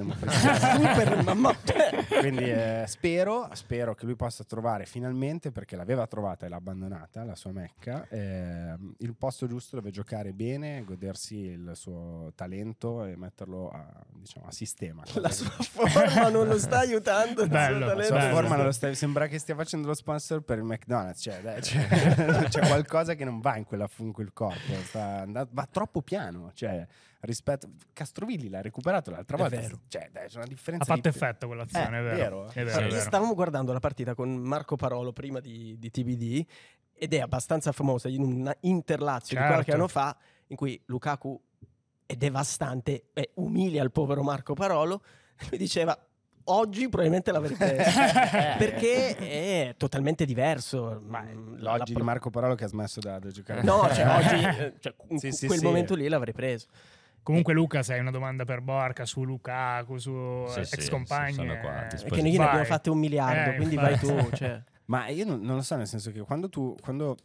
F: democratico. Quindi spero che lui possa trovare finalmente, perché l'aveva trovata e l'ha abbandonata, la sua Mecca, il posto giusto dove giocare bene, godersi il suo talento e metterlo a sistema.
D: La sua forma non lo sta aiutando. il suo
E: Bello,
D: talento.
F: La sua
E: Bello.
F: forma non lo sembra che stia facendo lo sponsor per il McDonald's, c'è qualcosa che non va in quel corpo, va troppo piano, cioè rispetto Castrovilli l'ha recuperato l'altra
D: È
F: volta,
D: vero.
F: cioè c'è una differenza
E: Ha fatto
F: di...
E: effetto quell'azione, è vero.
F: vero?
E: È vero, è vero.
D: Stavamo guardando la partita con Marco Parolo prima di TBD ed è abbastanza famosa in un Inter-Lazio di qualche
E: Certo.
D: anno fa in cui Lukaku è devastante e umilia il povero Marco Parolo. Lui diceva oggi probabilmente l'avrei preso perché è totalmente diverso.
F: L'oggi di Marco Parolo che ha smesso da giocare.
D: No, cioè oggi in
F: Sì,
D: quel
F: sì.
D: momento lì l'avrei preso.
E: Comunque, Luca, se hai una domanda per Borca su Lukaku, su
B: Sì,
E: ex
B: sì,
E: compagni,
B: sono qua a
D: Perché
B: disposizione.
D: noi ne
E: Vai.
D: abbiamo fatte 1 miliardo, quindi vai tu.
E: infatti.
D: Cioè.
F: Ma io non lo so, nel senso che quando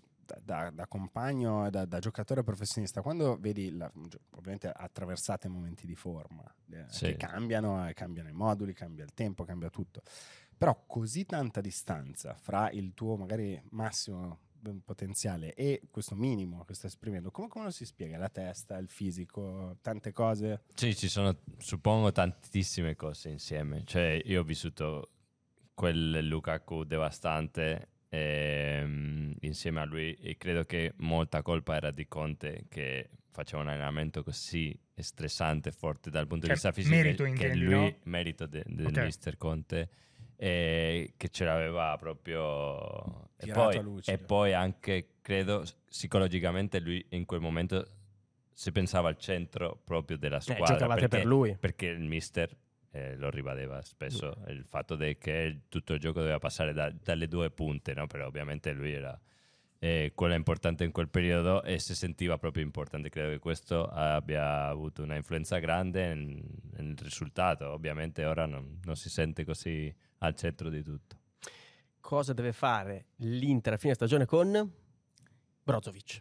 F: da compagno e da giocatore professionista, quando vedi ovviamente attraversate momenti di forma
B: Sì.
F: che cambiano i moduli, cambia il tempo, cambia tutto, però così tanta distanza fra il tuo magari massimo potenziale e questo minimo che stai esprimendo, come lo si spiega? La testa, il fisico, tante cose.
B: Sì, ci sono, suppongo, tantissime cose insieme. Cioè, io ho vissuto quel Lukaku devastante insieme a lui e credo che molta colpa era di Conte, che faceva un allenamento così stressante, forte dal punto di
E: Cioè,
B: vista fisico,
E: merito,
B: che
E: intendi,
B: lui,
E: no?
B: merito del
E: Ok.
B: mister Conte, che ce l'aveva proprio
F: Tirato a lucido.
B: e poi anche credo psicologicamente lui in quel momento si pensava al centro proprio della squadra,
D: giocavate per lui.
B: perché il mister lo ribadeva spesso, il fatto che tutto il gioco doveva passare dalle 2 punte, no? Però ovviamente lui era E quello è importante in quel periodo e si sentiva proprio importante. Credo che questo abbia avuto una influenza grande nel risultato. Ovviamente ora non si sente così al centro di tutto.
D: Cosa deve fare l'Inter a fine stagione con Brozovic?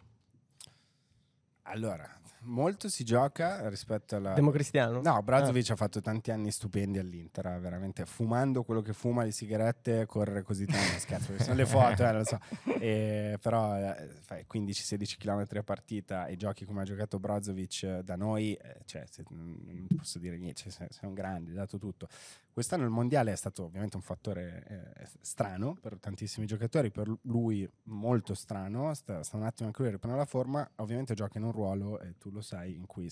F: Allora, molto si gioca rispetto alla...
D: Democristiano?
F: No, Brozovic ha fatto tanti anni stupendi all'Inter, veramente fumando quello che fuma, le sigarette, corre così tanto, scherzo, perché sono le foto, lo so. Però fai 15-16 km a partita e giochi come ha giocato Brozovic da noi, non ti posso dire niente, sei un grande, hai dato tutto. Quest'anno il mondiale è stato ovviamente un fattore strano per tantissimi giocatori, per lui molto strano, sta un attimo anche lui a riprendere la forma, ovviamente gioca in un ruolo, e tu lo sai, in cui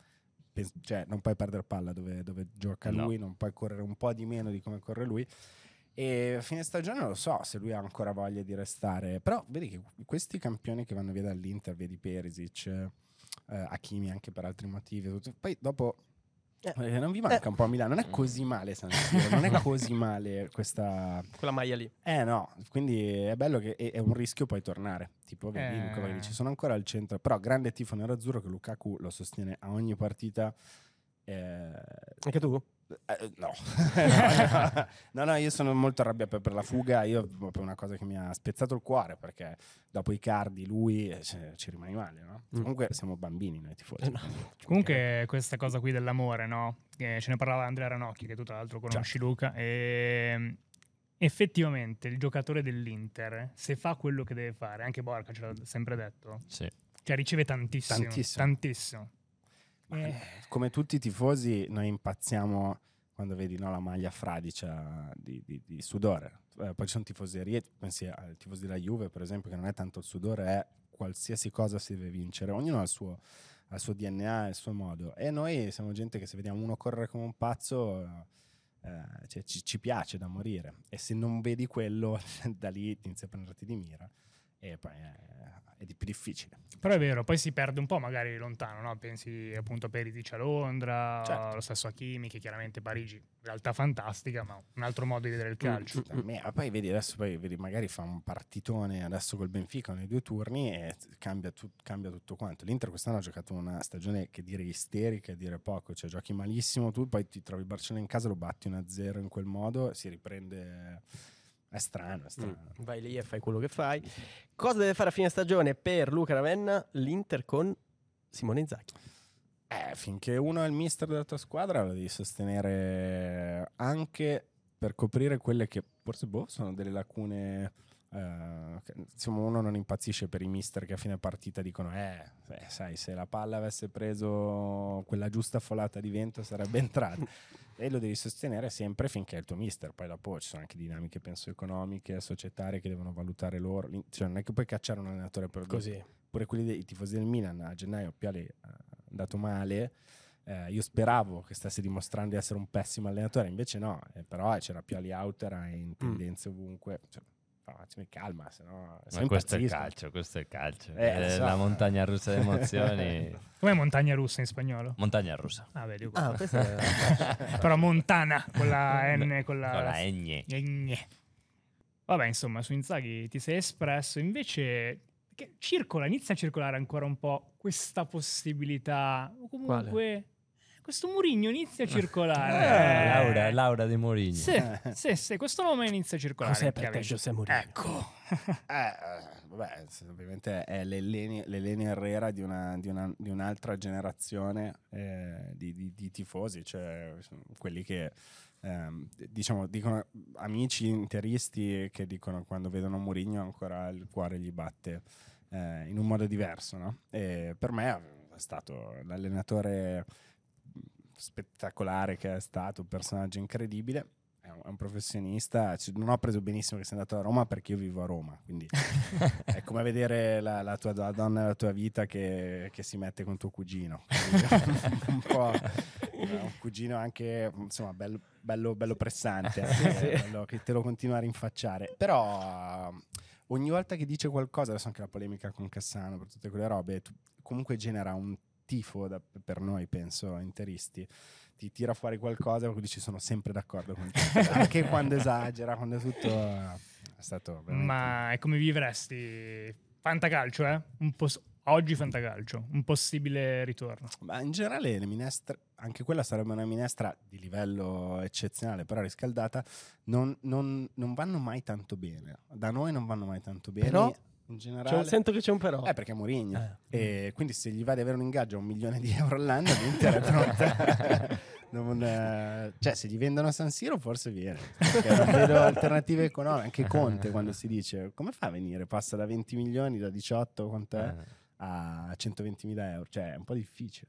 F: non puoi perdere palla dove gioca lui, non puoi correre un po' di meno di come corre lui, e a fine stagione non lo so se lui ha ancora voglia di restare, però vedi che questi campioni che vanno via dall'Inter, vedi Perisic, Hakimi anche per altri motivi, poi dopo... non vi manca un po' a Milano, non è così male San Siro, non è così male quella
D: maglia lì.
F: No, quindi è bello che è un rischio poi tornare, tipo vedi Luca Magnici, sono ancora al centro, però grande tifo nerazzurro che Lukaku lo sostiene a ogni partita.
D: Anche tu?
F: No. No, io sono molto arrabbiato per la fuga, io proprio una cosa che mi ha spezzato il cuore, perché dopo Icardi lui ci rimani male, no? Comunque siamo bambini noi tifosi.
E: Comunque questa cosa qui dell'amore, no? Ce ne parlava Andrea Ranocchi, che tu tra l'altro conosci, Luca, e effettivamente il giocatore dell'Inter, se fa quello che deve fare, anche Borca ce l'ha sempre detto,
B: Sì.
E: cioè riceve tantissimo.
F: Come tutti i tifosi noi impazziamo quando vedi la maglia fradicia di sudore, poi ci sono tifoserie, pensi al tifoso della Juve per esempio, che non è tanto il sudore, è qualsiasi cosa si deve vincere, ognuno ha il suo DNA, il suo modo, e noi siamo gente che se vediamo uno correre come un pazzo ci piace da morire, e se non vedi quello da lì inizia a prenderti di mira e poi è di più difficile.
E: Però è vero, poi si perde un po' magari lontano, no? Pensi appunto a Perisic a Londra,
F: certo.
E: Lo stesso Hakimi, che chiaramente Parigi in realtà fantastica, ma un altro modo di vedere il calcio.
F: Poi vedi magari fa un partitone adesso col Benfica nei 2 turni e cambia tutto quanto. L'Inter quest'anno ha giocato una stagione che dire isterica, dire poco, cioè giochi malissimo, tu poi ti trovi il Barcellona in casa, lo batti 1-0 in quel modo, si riprende. È strano.
D: Vai lì e fai quello che fai. Cosa deve fare a fine stagione per Luca Ravenna l'Inter con Simone Inzaghi?
F: Finché uno è il mister della tua squadra lo devi sostenere, anche per coprire quelle che forse sono delle lacune. Uno non impazzisce per i mister che a fine partita dicono sai, se la palla avesse preso quella giusta folata di vento sarebbe entrata. E lo devi sostenere sempre finché è il tuo mister. Poi dopo ci sono anche dinamiche, penso, economiche, societarie che devono valutare loro, cioè non è che puoi cacciare un allenatore per
D: così.
F: Pure quelli dei tifosi del Milan a gennaio Pioli è andato male, io speravo che stesse dimostrando di essere un pessimo allenatore, invece no, però c'era Pioli out, era in tendenze ovunque, calma, se no
B: questo è il calcio, è
F: so.
B: la montagna russa di emozioni.
E: Com'è montagna russa in spagnolo?
B: Montagna russa.
E: Vedi,
D: Questo è...
E: però Montana con la N, con la
B: Egne.
E: Vabbè, insomma, su Inzaghi ti sei espresso, invece che inizia a circolare ancora un po' questa possibilità, o comunque
D: Quale?
E: questo Mourinho inizia a circolare.
B: Laura di Mourinho.
E: Sì, questo nome inizia a circolare.
D: Cos'è per te José Mourinho?
E: Ecco.
F: Ovviamente è l'Eleni Herrera di un'altra generazione di tifosi, cioè quelli che dicono, amici interisti che dicono quando vedono Mourinho ancora il cuore gli batte in un modo diverso, no? E per me è stato l'allenatore spettacolare che è stato, un personaggio incredibile, è un professionista. Non ho preso benissimo che sia andato a Roma perché io vivo a Roma, quindi è come vedere la tua donna della tua vita che si mette con tuo cugino un po' un cugino anche insomma bello pressante, bello che te lo continua a rinfacciare, però ogni volta che dice qualcosa, adesso anche la polemica con Cassano per tutte quelle robe, comunque genera un tifo per noi, penso, interisti, ti tira fuori qualcosa e dici sono sempre d'accordo con te, anche quando esagera, quando è tutto è stato veramente...
E: Ma è come vivresti Fantacalcio, oggi fantacalcio, un possibile ritorno.
F: Ma in generale le minestre, anche quella sarebbe una minestra di livello eccezionale, però riscaldata, non vanno mai tanto bene. Da noi non vanno mai tanto bene.
D: Però?
F: In generale,
D: Sento che c'è un però.
F: perché è Mourinho. E quindi se gli va di avere un ingaggio a €1 milione all'anno, l'Inter è pronta. Cioè, se gli vendono a San Siro forse viene, perché non vedo alternative economiche. Anche Conte, quando si dice come fa a venire, passa da 20 milioni, da 18 quant'è, a 120.000 euro, cioè è un po' difficile.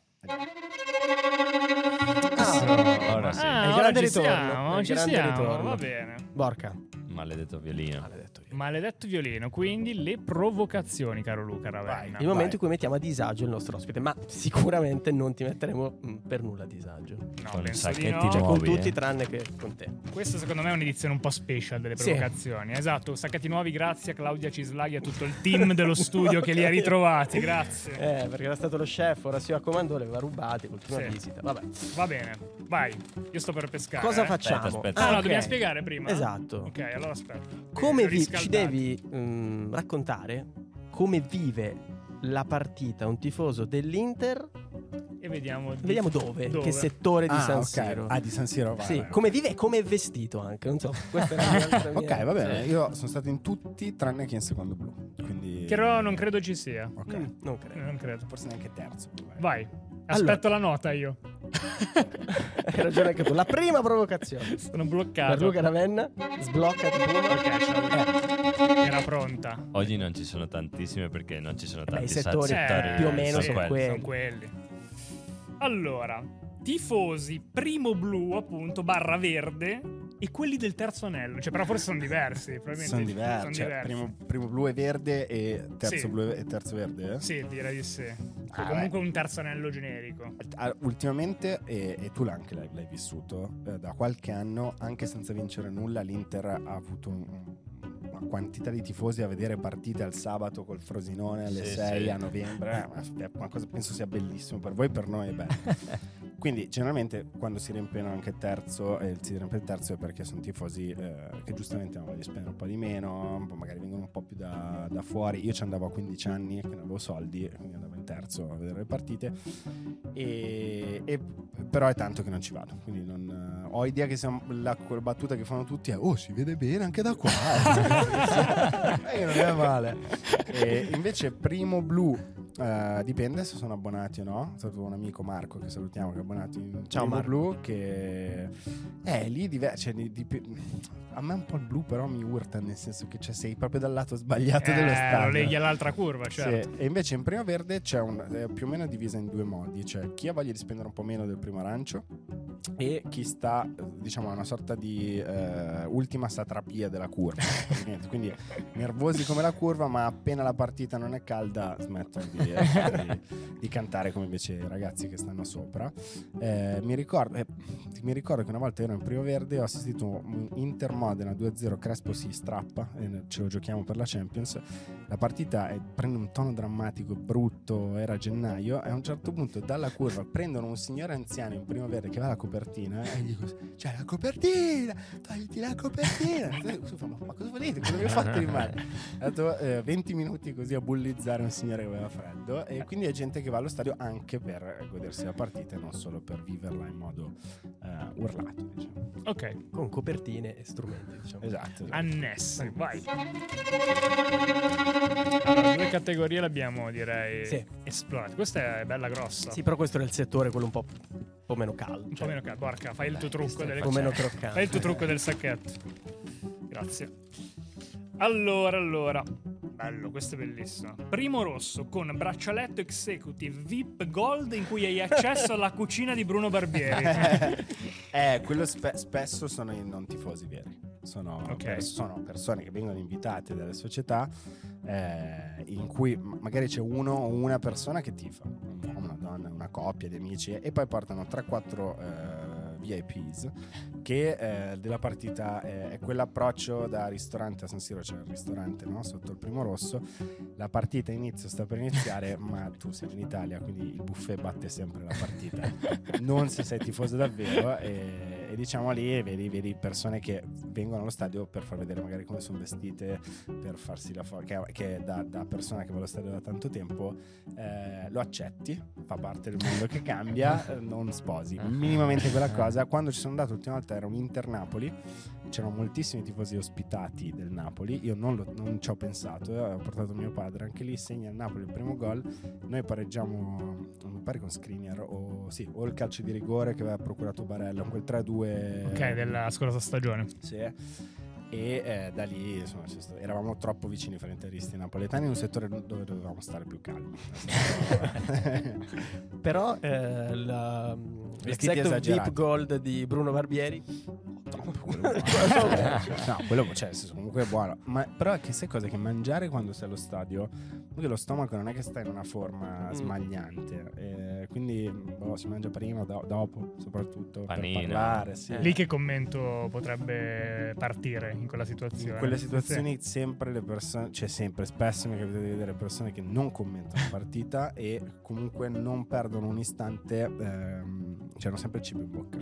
B: Ora sì.
D: il grande ritorno,
E: siamo,
D: il
E: ci
D: grande
E: siamo,
D: ritorno.
E: va bene.
D: Borca.
B: Maledetto violino.
E: Maledetto violino, quindi le provocazioni, caro Luca Ravenna.
D: Il momento in cui mettiamo a disagio il nostro ospite, ma sicuramente non ti metteremo per nulla a disagio.
E: No,
B: Con
E: penso di
B: sacchetti
E: no.
D: Cioè, con
B: nuovi,
D: tutti tranne che con te.
E: Questa secondo me è un'edizione un po' special delle
D: Sì.
E: provocazioni. Esatto, sacchetti nuovi, grazie a Claudia Cislaghi e a tutto il team dello studio che li ha ritrovati, grazie.
D: Perché era stato lo chef, ora si va a comando, li aveva rubati, l'ultima
E: Sì.
D: visita. Vabbè.
E: Va bene, vai, io sto per pescare.
D: Cosa
E: eh.
D: facciamo?
B: Aspetta.
E: No,
D: Ah,
E: no,
D: ok.
E: dobbiamo spiegare prima.
D: Esatto.
E: Ok, allora aspetta.
D: Come
E: Li ho
D: ci
E: riscaldati.
D: devi raccontare come vive la partita un tifoso dell'Inter.
E: E vediamo
D: Dove, che settore di San Siro.
F: Di San Siro, vai,
D: Sì,
F: vai.
D: come vive e come è vestito anche. Non so, questa è un'altra mia-
F: Ok, va bene.
D: Sì.
F: Io sono stato in tutti tranne che in secondo blu. Quindi...
E: Però non credo ci sia.
F: Ok.
D: Non credo.
E: Non credo.
F: Forse neanche terzo.
E: Vai, aspetto la nota io.
D: Hai ragione anche tu. La prima provocazione.
E: Sono
D: Per
E: bloccato.
D: Luca Ravenna, sbloccati Puma.
E: Ok, ciao. Era pronta.
B: Oggi non ci sono tantissime perché non ci sono
D: I
B: tanti
D: settori
E: più o
D: meno sono
B: quelli.
D: quelli.
E: Sono quelli. Allora, tifosi primo blu, appunto, barra verde, e quelli del terzo anello. Cioè, però forse sono diversi. Probabilmente
F: Sono diversi.
E: sono
F: Cioè,
E: diversi.
F: primo blu e verde e terzo
E: Sì.
F: blu e terzo verde. Eh?
E: Sì, direi di sì.
F: Ah,
E: Comunque un terzo anello generico.
F: Ultimamente, e tu anche l'hai vissuto, da qualche anno, anche senza vincere nulla, l'Inter ha avuto una quantità di tifosi a vedere partite al sabato col Frosinone alle
B: Sì,
F: 6
B: sì.
F: a novembre. È una cosa, penso sia bellissimo per voi, per noi è bello. Quindi generalmente quando si riempiono anche il terzo, si riempie il terzo è perché sono tifosi che giustamente hanno voglia di spendere un po' di meno, magari vengono un po' più da fuori. Io ci andavo a 15 anni che non avevo soldi e quindi andavo in terzo a vedere le partite, e però è tanto che non ci vado, quindi non ho idea che sia la battuta che fanno tutti è si vede bene anche da qua. Che non è male. E invece primo blu dipende se sono abbonati o no. È stato un amico Marco che salutiamo che è abbonato in
D: Ciao,
F: primo
D: Marco.
F: blu, che lì a me un po' il blu però mi urta, nel senso che sei proprio dal lato sbagliato dello stadio.
E: Lo leghi all'altra curva, certo.
F: Sì, e invece in prima verde c'è è più o meno divisa in due modi, cioè chi ha voglia di spendere un po' meno del primo arancio e chi sta, diciamo, a una sorta di ultima satrapia della curva. Quindi nervosi come la curva, ma appena la partita non è calda smettono di cantare come invece i ragazzi che stanno sopra. Mi ricordo che una volta ero in primo verde, ho assistito un Inter Modena 2-0, Crespo si strappa e ce lo giochiamo per la Champions. La partita prende un tono drammatico brutto, era gennaio, e a un certo punto dalla curva prendono un signore anziano in primo verde che va alla copertina e gli dico c'è la copertina, togliti la copertina. Ma cosa volete? Cosa vi ho fatto di male? Ha dato 20 minuti così a bullizzare un signore che aveva freddo, e quindi è gente che va allo stadio anche per godersi la partita e non solo per viverla in modo urlato, diciamo.
E: Ok,
D: Con copertine e strumenti, diciamo.
F: Esatto.
E: annessi, vai. Allora, due categorie le abbiamo, direi,
D: Sì.
E: esplorate. Questa è bella grossa.
D: Sì, però questo era il settore quello un po' meno caldo.
E: Un po' meno caldo. Porca, fai il tuo trucco
D: un
E: delle
D: po' meno croccante.
E: Fai il tuo trucco del sacchetto. Grazie. Allora. Bello, questo è bellissimo. Primo rosso con braccialetto executive VIP Gold in cui hai accesso alla cucina di Bruno Barbieri.
F: Quello spesso sono i non tifosi veri. Sono persone che vengono invitate dalle società in cui magari c'è uno o una persona che tifa, un uomo, una donna, una coppia di amici, e poi portano 3-4 VIPs che della partita è quell'approccio da ristorante a San Siro, c'è il ristorante, no? Sotto il primo rosso, la partita inizia, sta per iniziare, ma tu sei in Italia, quindi il buffet batte sempre la partita, non se sei tifoso davvero, e diciamo lì vedi persone che vengono allo stadio per far vedere magari come sono vestite, per farsi la che da persona che va allo stadio da tanto tempo, lo accetti, fa parte del mondo che cambia, non sposi minimamente quella cosa. Quando ci sono andato l'ultima volta era un Inter-Napoli, c'erano moltissimi tifosi ospitati del Napoli, io non ci ho pensato, ho portato mio padre, anche lì segna il Napoli il primo gol, noi pareggiamo, mi pare con Skriniar o il calcio di rigore che aveva procurato Barella, quel 3-2
E: della scorsa stagione.
F: sì. E da lì insomma, eravamo troppo vicini fra interisti napoletani in un settore dove dovevamo stare più calmi.
D: Però
F: Vestiti
D: l'executive
F: esagerati.
D: VIP Gold di Bruno Barbieri,
F: No, quello cioè, comunque è buono. Ma però è che sai cosa? Che mangiare quando sei allo stadio, perché lo stomaco non è che sta in una forma smagliante, quindi si mangia prima, dopo, soprattutto
B: Panino.
F: per parlare. Sì.
E: Lì che commento potrebbe partire in quella situazione?
F: In quelle situazioni sempre le persone, cioè spesso mi capita di vedere persone che non commentano la partita e comunque non perdono un istante, cioè hanno sempre il cibo in bocca.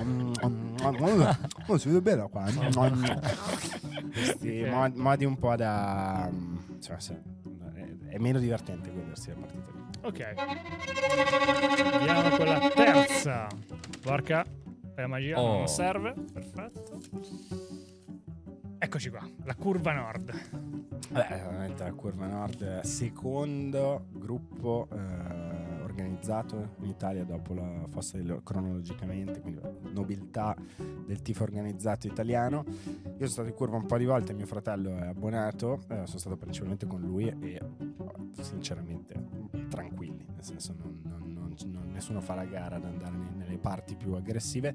F: Si vede bene qua. Questi modi un po' da... cioè, è meno divertente godersi la partita lì.
E: Ok. Andiamo con la terza. Porca, la magia non serve. Perfetto. Eccoci qua, la curva nord.
F: Veramente la curva nord, secondo gruppo organizzato in Italia dopo la fossa cronologicamente, quindi nobiltà del tifo organizzato italiano. Io sono stato in curva un po' di volte, mio fratello è abbonato, sono stato principalmente con lui e sinceramente tranquilli, nel senso nessuno fa la gara ad andare nelle parti più aggressive.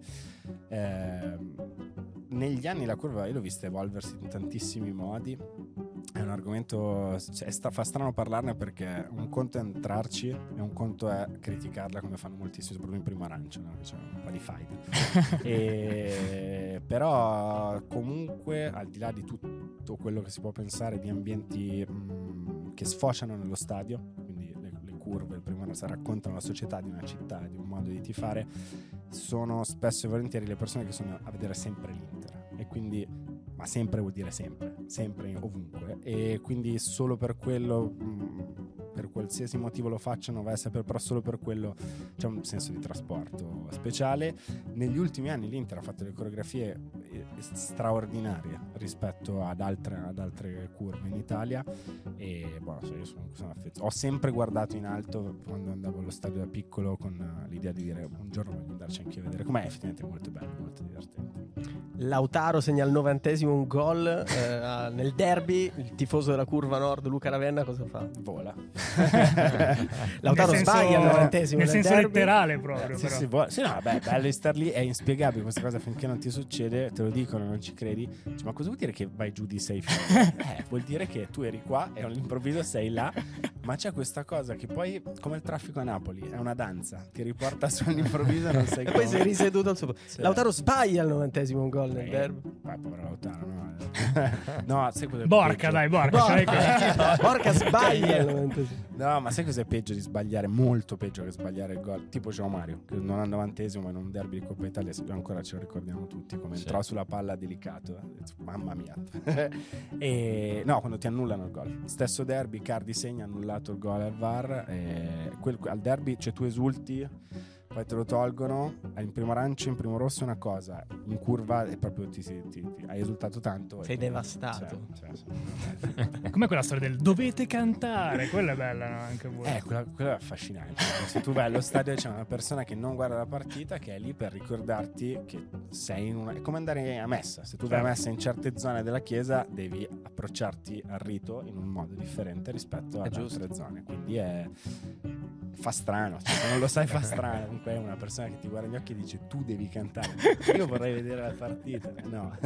F: Negli anni la curva io l'ho vista evolversi in tantissimi modi. È un argomento, fa strano parlarne perché un conto è entrarci e un conto è criticarla, come fanno moltissimi, soprattutto in Primo Arancio, no? Che c'è un po' di fight. Però comunque al di là di tutto quello che si può pensare di ambienti che sfociano nello stadio, quindi le curve, il Primo Arancio raccontano la società di una città, di un modo di tifare, sono spesso e volentieri le persone che sono a vedere sempre l'Inter, e quindi, ma sempre vuol dire sempre ovunque, e quindi solo per quello, per qualsiasi motivo lo facciano, va a essere però solo per quello c'è un senso di trasporto speciale. Negli ultimi anni l'Inter ha fatto delle coreografie straordinarie rispetto ad altre curve in Italia, e io sono ho sempre guardato in alto quando andavo allo stadio da piccolo con l'idea di dire un giorno voglio andarci anche a vedere com'è. Effettivamente è molto bello, molto divertente.
D: Lautaro segna al 90esimo un gol nel derby. Il tifoso della curva nord Luca Ravenna cosa fa?
F: Vola.
D: Lautaro sbaglia al 90esimo
E: nel senso
D: derby.
E: letterale proprio, però.
F: Sì, no, bello di star lì, è inspiegabile questa cosa finché non ti succede, te lo dicono, non ci credi. Dici, ma cosa vuol dire che vai giù di 6 file? Vuol dire che tu eri qua e all'improvviso sei là, ma c'è questa cosa che poi, come il traffico a Napoli, è una danza, ti riporta su all'improvviso e non sai
D: E
F: come.
D: poi sei riseduto al suo posto.
F: Sì.
D: Lautaro sbaglia al 90esimo un gol nel derby.
F: Povero Lautaro, no? No, sai cos'è
E: Borca,
F: peggio?
E: dai, Borca.
D: Porca sbaglia al 90esimo.
F: No, ma sai cos'è peggio di sbagliare? Molto peggio che sbagliare il gol. Tipo Gio Mario, che non al 90esimo ma in un derby di Coppa Italia, ancora ce lo ricordiamo tutti, come entrò sulla palla delicato. Mamma mia. E no, quando ti annullano il gol. Stesso derby, Cardi segna, annullato il gol al VAR. Al derby, cioè tu esulti, poi te lo tolgono. In Primo Arancio, in Primo Rosso è una cosa, in curva è proprio hai esultato tanto.
D: Sei devastato.
E: Com'è quella storia del dovete cantare? Quella è bella, no? Anche voi.
F: Quella è affascinante. Se tu vai allo stadio c'è una persona che non guarda la partita, che è lì per ricordarti che sei in una... È come andare a messa. Se tu vai a messa in certe zone della chiesa devi approcciarti al rito in un modo differente rispetto ad altre zone. Quindi fa strano, cioè, se non lo sai fa strano. Comunque è una persona che ti guarda negli occhi e dice tu devi cantare. Io vorrei vedere la partita. No.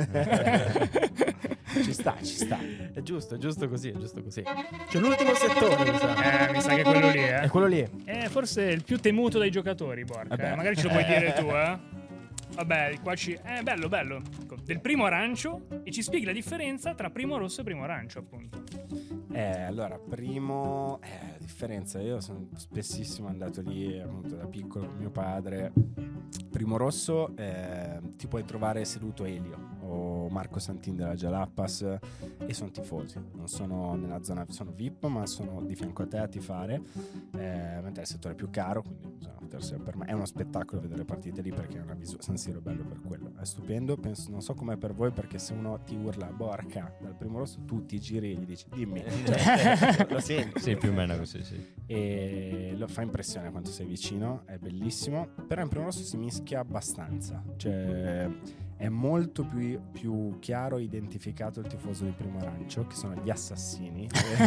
F: Ci sta.
D: È giusto così, C'è l'ultimo settore, mi sa.
E: Mi sa che è quello lì,
D: È quello lì.
E: Forse il più temuto dai giocatori, Borca.
F: Vabbè.
E: Magari ce lo puoi dire tu, Vabbè, qua bello. Ecco, del primo arancio, e ci spieghi la differenza tra primo rosso e primo arancio, appunto.
F: Allora, primo la differenza, io sono spessissimo andato lì appunto da piccolo con mio padre. Primo rosso ti puoi trovare seduto Elio o Marco Santin della Jalapas e sono tifosi, non sono nella zona, sono VIP ma sono di fianco a te a tifare, mentre è il settore più caro, quindi bisogna poterselo permettere. È uno spettacolo vedere le partite lì perché è una San Siro bello per quello, è stupendo. Penso, non so com'è per voi, perché se uno ti urla Borca dal primo rosso tu ti giri e gli dici dimmi, cioè, lo senti.
B: Sì, più o meno così, sì.
F: E lo fa impressione quando sei vicino, è bellissimo. Però in primo rosso si mischia abbastanza, cioè è molto più chiaro identificato il tifoso di primo arancio, che sono gli assassini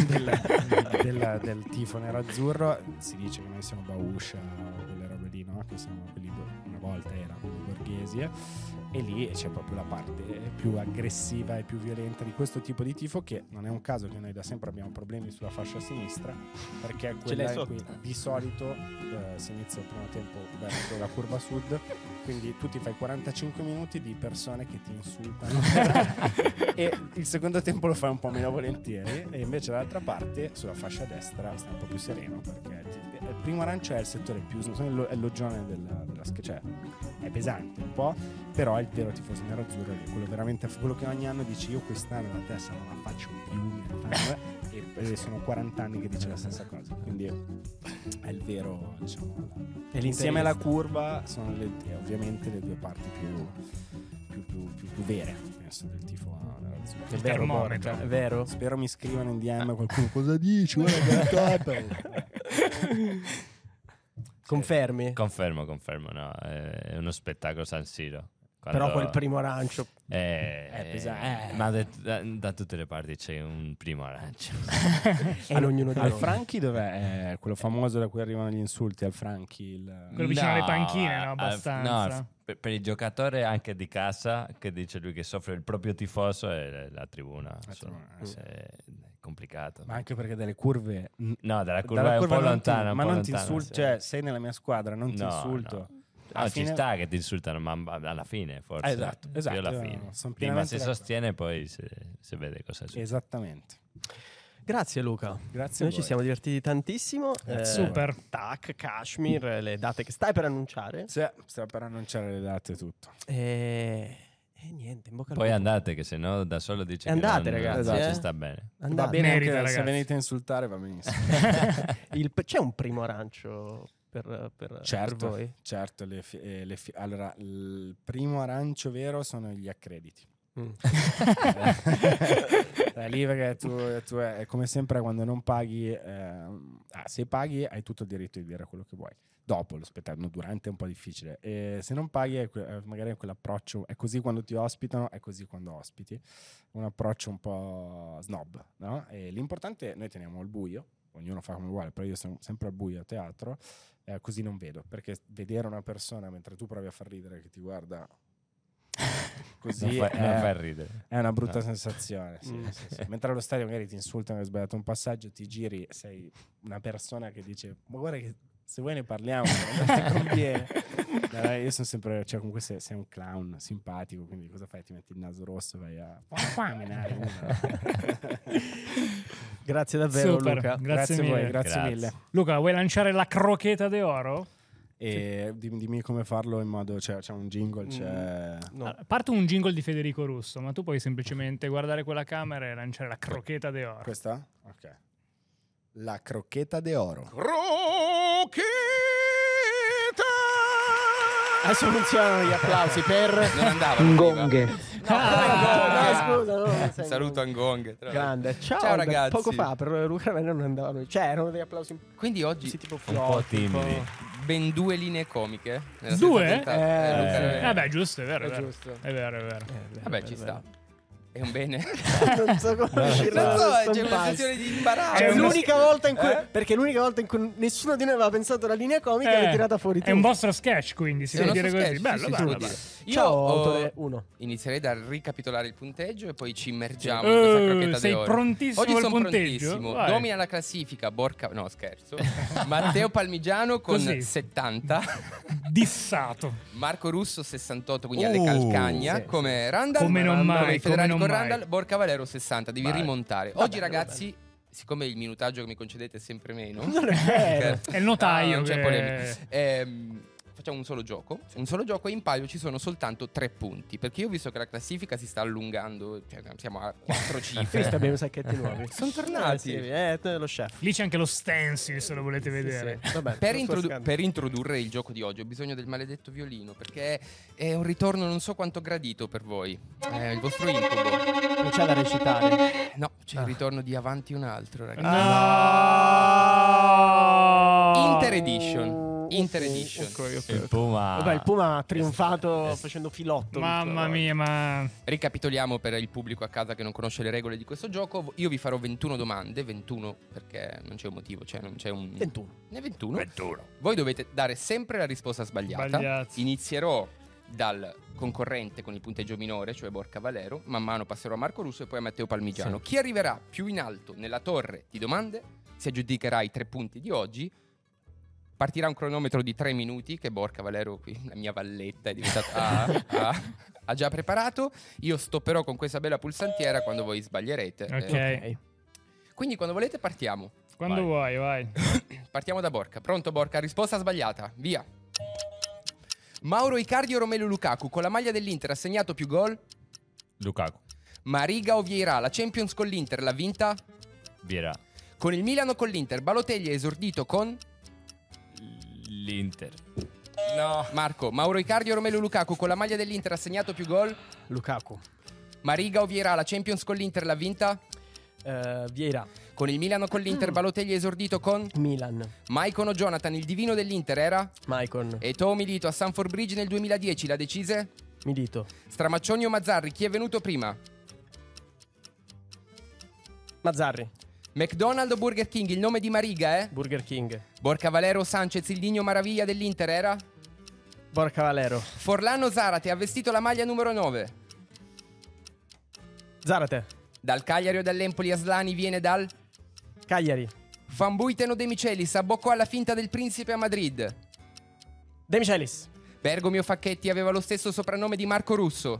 F: del tifo nerazzurro. Si dice che noi siamo Bauscia o quelle robe lì, no? Che sono quelli una volta erano borghesi, e lì c'è proprio la parte più aggressiva e più violenta di questo tipo di tifo, che non è un caso che noi da sempre abbiamo problemi sulla fascia sinistra, perché è quella in cui di solito si inizia il primo tempo verso la curva sud, quindi tu ti fai 45 minuti di persone che ti insultano e il secondo tempo lo fai un po' meno volentieri, e invece dall'altra parte sulla fascia destra stai un po' più sereno, perché il primo arancio è il settore più, è il loggione della cioè è pesante un po', però è il vero tifoso nerazzurro, è quello veramente, quello che ogni anno dici io quest'anno la testa non la faccio più, e sono 40 anni che dice la stessa cosa, quindi è il vero, diciamo, insieme alla curva sono ovviamente le due parti più vere, penso, del tifo nerazzurro.
D: È vero, Borca, è vero.
F: Spero mi scrivano in DM qualcuno cosa dici,
D: Confermi?
B: Confermo, no, è uno spettacolo San Siro.
D: Però quel primo arancio
B: è
D: pesante.
B: Ma da tutte le parti c'è un primo arancio.
D: E in ognuno di
F: Al
D: noi.
F: Franchi dov'è? Quello famoso da cui arrivano gli insulti, al Franchi.
E: Quello vicino alle panchine, no? Abbastanza.
B: No, per il giocatore anche di casa, che dice lui che soffre il proprio tifoso, è la tribuna. È complicato.
F: Ma anche perché delle curve...
B: No, dalla curva è un po' lontana.
F: Ma non ti insulto, cioè sei nella mia squadra, non ti insulto.
B: No. No, ci sta che ti insultano, ma alla fine forse.
F: Esatto.
B: Io alla fine. Prima si sostiene, poi si vede cosa succede.
F: Esattamente.
D: Grazie Luca.
F: Grazie.
D: Noi ci siamo divertiti tantissimo.
E: Super.
D: Tac, Kashmir, le date che stai per annunciare.
F: Sì, sta per annunciare le date e tutto.
D: E niente, in bocca al
B: Poi
D: lupo.
B: andate, che se no da solo dice
D: Andate,
B: che
D: ragazzi,
B: non
D: eh?
B: ci sta bene.
D: Andate.
F: Va bene
E: Merita,
F: anche se
E: ragazzi.
F: venite a insultare, va benissimo.
D: C'è un primo arancio per
F: Certo,
D: voi?
F: certo. Allora, il primo arancio vero sono gli accrediti. Lì perché tu è come sempre quando non paghi, se paghi hai tutto il diritto di dire quello che vuoi. Dopo lo spettacolo, durante è un po' difficile, e se non paghi magari è quell'approccio, è così quando ti ospitano, è così quando ospiti, un approccio un po' snob, no? E l'importante, noi teniamo il buio, ognuno fa come vuole, però io sono sempre al buio a teatro, così non vedo, perché vedere una persona mentre tu provi a far ridere che ti guarda così
B: non fa ridere.
F: è una brutta sensazione, sì. Mentre allo stadio magari ti insultano, hai sbagliato un passaggio, ti giri, sei una persona che dice ma guarda che se vuoi ne parliamo, non ti conviene. Io sono sempre, cioè comunque sei un clown simpatico, quindi cosa fai? Ti metti il naso rosso, vai a
D: Grazie davvero
E: Super,
D: Luca.
E: grazie
F: a voi,
E: mille.
F: grazie mille.
E: Luca, vuoi lanciare la crocheta d'oro?
F: E dimmi come farlo in modo, c'è un jingle, c'è...
D: No.
E: A parte un jingle di Federico Russo, ma tu puoi semplicemente guardare quella camera e lanciare la crocheta d'oro.
F: Questa? Ok. La crocchetta d'oro.
D: Adesso funzionano gli applausi per
G: Non andava.
H: Ngonghe.
D: scusa,
G: Saluto Angong.
D: grande. Ciao,
G: Ciao, ragazzi.
D: Poco fa per Luca non andavano, cioè erano degli applausi
G: Quindi oggi
D: così tipo
B: Un po'
D: fiotti,
B: timidi.
G: ben 2 linee comiche. nella
E: Due?
G: stessa puntata. Luca,
E: Vabbè, giusto, è vero.
D: È
E: È vero.
D: giusto.
E: È vero.
G: Vabbè, ci sta. È un bene?
D: Non so come uscire
G: Non
D: da
G: so,
D: questo
G: c'è una
D: impasse.
G: sensazione di imbarazzo.
E: È
D: Cioè,
E: uno-
D: l'unica volta in cui
E: Eh?
D: perché l'unica volta in cui nessuno di noi aveva pensato alla linea comica l'hai tirata fuori tu.
E: È un vostro sketch, quindi si
G: È un
E: può dire
G: nostro
E: così.
G: sketch,
E: Bello,
G: sì, sì,
E: bello,
G: si può
E: bello.
G: dire. Io
D: Ciao,
G: ho-
D: autore 1.
G: Inizierei dal ricapitolare il punteggio e poi ci immergiamo in questa crocchetta
E: sei
G: d'oro.
E: prontissimo
G: Oggi
E: al
G: sono
E: punteggio?
G: prontissimo.
E: Vai.
G: Domina la classifica no scherzo. Matteo Palmigiano con
E: Così.
G: 70,
E: Dissato.
G: Marco Russo 68, quindi alle calcagna,
D: sì,
G: come Randall,
E: Come non mai,
G: i federali
E: come non
G: con
E: mai.
G: Randall, Borca Valero 60, devi
B: Vai.
G: rimontare.
D: Va
G: Oggi
D: bene, va
G: ragazzi, siccome il minutaggio che mi concedete è sempre meno,
D: Non è vero.
E: È il notaio
G: non c'è
E: che-
G: polemica. Facciamo un solo gioco e in palio ci sono soltanto 3 punti, perché io ho visto che la classifica si sta allungando, cioè siamo a 4
D: Visto
G: cifre.
D: abbiamo i sacchetti nuovi.
G: Sono tornati.
D: Sì, lo chef.
E: Lì c'è anche lo stencil, se lo volete vedere.
D: Sì, sì. Vabbè,
G: Per,
D: non sto scandando.
G: per introdurre il gioco di oggi ho bisogno del maledetto violino, perché è un ritorno non so quanto gradito per voi. È il vostro incubo.
D: Non c'è da recitare.
G: No, c'è il ritorno di Avanti un altro, ragazzi.
E: No!
G: Inter Edition. Inter Edition.
B: Il Puma.
D: Vabbè, il Puma ha trionfato facendo filotto.
E: Mamma mia, ma
G: Ricapitoliamo per il pubblico a casa che non conosce le regole di questo gioco. Io vi farò 21 domande, 21 perché non c'è un motivo, cioè non c'è un...
D: 21.
G: Ne 21. Voi dovete dare sempre la risposta sbagliata.
E: Sbagliati.
G: Inizierò dal concorrente con il punteggio minore, cioè Borca Valero, man mano passerò a Marco Russo e poi a Matteo Palmigiano. Chi arriverà più in alto nella torre di domande si aggiudicherà i 3 punti di oggi. Partirà un cronometro di 3 minuti che Borca Valero, qui la mia valletta, è diventata ha già preparato. Io stopperò con questa bella pulsantiera quando voi sbaglierete.
E: ok.
G: Quindi quando volete partiamo.
E: Quando vuoi, vai.
G: Partiamo da Borca. Pronto Borca? Risposta sbagliata. Via. Mauro Icardi o Romelu Lukaku con la maglia dell'Inter ha segnato più gol?
B: Lukaku.
G: Mariga o Vieira? La Champions con l'Inter l'ha vinta?
B: Vieira.
G: Con il Milano o con l'Inter Balotelli ha esordito con?
B: L'Inter.
G: No. Marco, Mauro Icardi o Romelu Lukaku con la maglia dell'Inter ha segnato più gol?
D: Lukaku.
G: Mariga o Vieira? La Champions con l'Inter l'ha vinta?
D: Vieira.
G: Con il Milano o con l'Inter Balotelli ha esordito con?
D: Milan.
G: Maicon o Jonathan, il divino dell'Inter era?
D: Maicon.
G: Eto'o Milito a Stamford Bridge nel 2010 l'ha decise?
D: Milito.
G: Stramaccioni o Mazzarri, chi è venuto prima?
D: Mazzarri.
G: McDonald's o Burger King, il nome di Mariga è?
D: Burger King.
G: Borca Valero o Sanchez, il Digno Maraviglia dell'Inter era?
D: Borca Valero.
G: Forlano o Zarate ha vestito la maglia numero 9?
D: Zarate.
G: Dal Cagliari o dall'Empoli Aslani viene dal?
D: Cagliari.
G: Van Buiten o De Michelis abboccò alla finta del principe a Madrid?
D: De Michelis.
G: Bergomi o Facchetti aveva lo stesso soprannome di Marco Russo?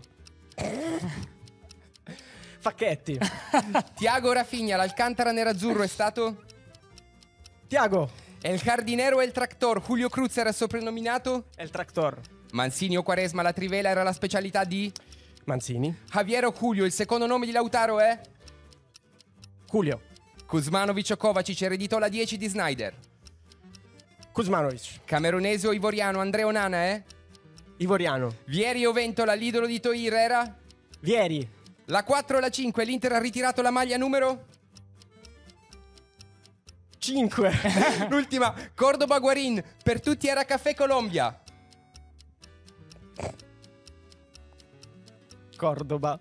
D: Facchetti.
G: Tiago Rafinha, l'Alcantara nerazzurro è stato?
D: Tiago.
G: El Jardinero e il Tractor, Julio Cruz era soprannominato?
D: È il tractor.
G: Mancini o Quaresma, la trivela era la specialità di?
D: Manzini.
G: Javier o Julio, il secondo nome di Lautaro è?
D: Julio.
G: Kuzmanovic o Kovacic ereditò la 10 di Snyder?
D: Kuzmanovic.
G: Camerunese o Ivoriano, Andrea Onana è?
D: Ivoriano.
G: Vieri o Ventola, l'idolo di Toir era?
D: Vieri.
G: La 4 o la 5, l'Inter ha ritirato la maglia numero?
D: 5.
G: L'ultima, Cordoba Guarin, per tutti era Caffè Colombia.
D: Cordoba.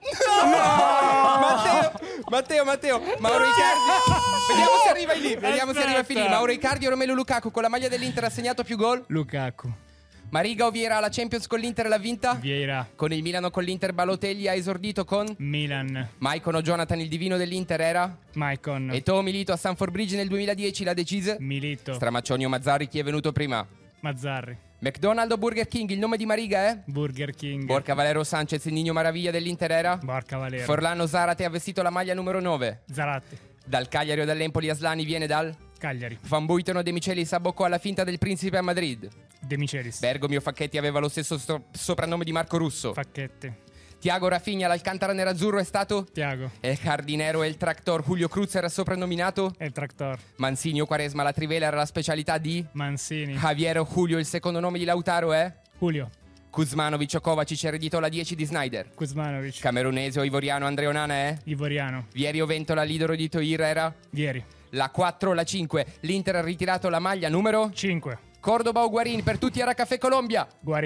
G: Matteo, Mauro Icardi. Vediamo se arriva lì, vediamo se arriva lì. Mauro Icardi o Romelu Lukaku con la maglia dell'Inter ha segnato più gol?
E: Lukaku.
G: Mariga o Vieira, la Champions con l'Inter l'ha vinta?
E: Vieira.
G: Con il Milano con l'Inter Balotelli ha esordito con?
E: Milan.
G: Maicon o Jonathan, il divino dell'Inter era?
E: Maicon.
G: Eto'o Milito a Stamford Bridge nel 2010 l'ha decise?
E: Milito.
G: Stramaccioni o Mazzarri, chi è venuto prima?
E: Mazzarri.
G: McDonald's o Burger King, il nome di Mariga è?
E: Burger King.
G: Borca Valero Sanchez, il Nino Maraviglia dell'Inter era?
E: Borca Valero.
G: Forlano Zarate ha vestito la maglia numero 9.
E: Zaratti.
G: Dal Cagliari o dall'Empoli Aslani viene dal?
E: Cagliari.
G: Van Buiten o De Michelis abboccò alla finta del principe a Madrid?
E: De Michelis.
G: Bergomi o Facchetti aveva lo stesso soprannome di Marco Russo?
E: Facchetti.
G: Tiago Rafinha, l'Alcantara nerazzurro è stato?
E: Tiago.
G: El Jardinero e il Tractor, Julio Cruz era soprannominato?
E: E il Tractor.
G: Mancini o Quaresma, la trivela era la specialità di?
E: Mancini.
G: Javier o Julio, il secondo nome di Lautaro è?
E: Julio.
G: Kuzmanovic o Kovacic ereditò la 10 di Snyder?
E: Kuzmanovic.
G: Camerunese o Ivoriano, Andrea Onana è?
E: Ivoriano.
G: Vieri o Ventola, l'idolo di Toir era?
E: Vieri.
G: La 4 o la 5, l'Inter ha ritirato la maglia numero?
E: 5.
G: Cordoba o Guarin, per tutti era Caffè Colombia?
E: Guarin.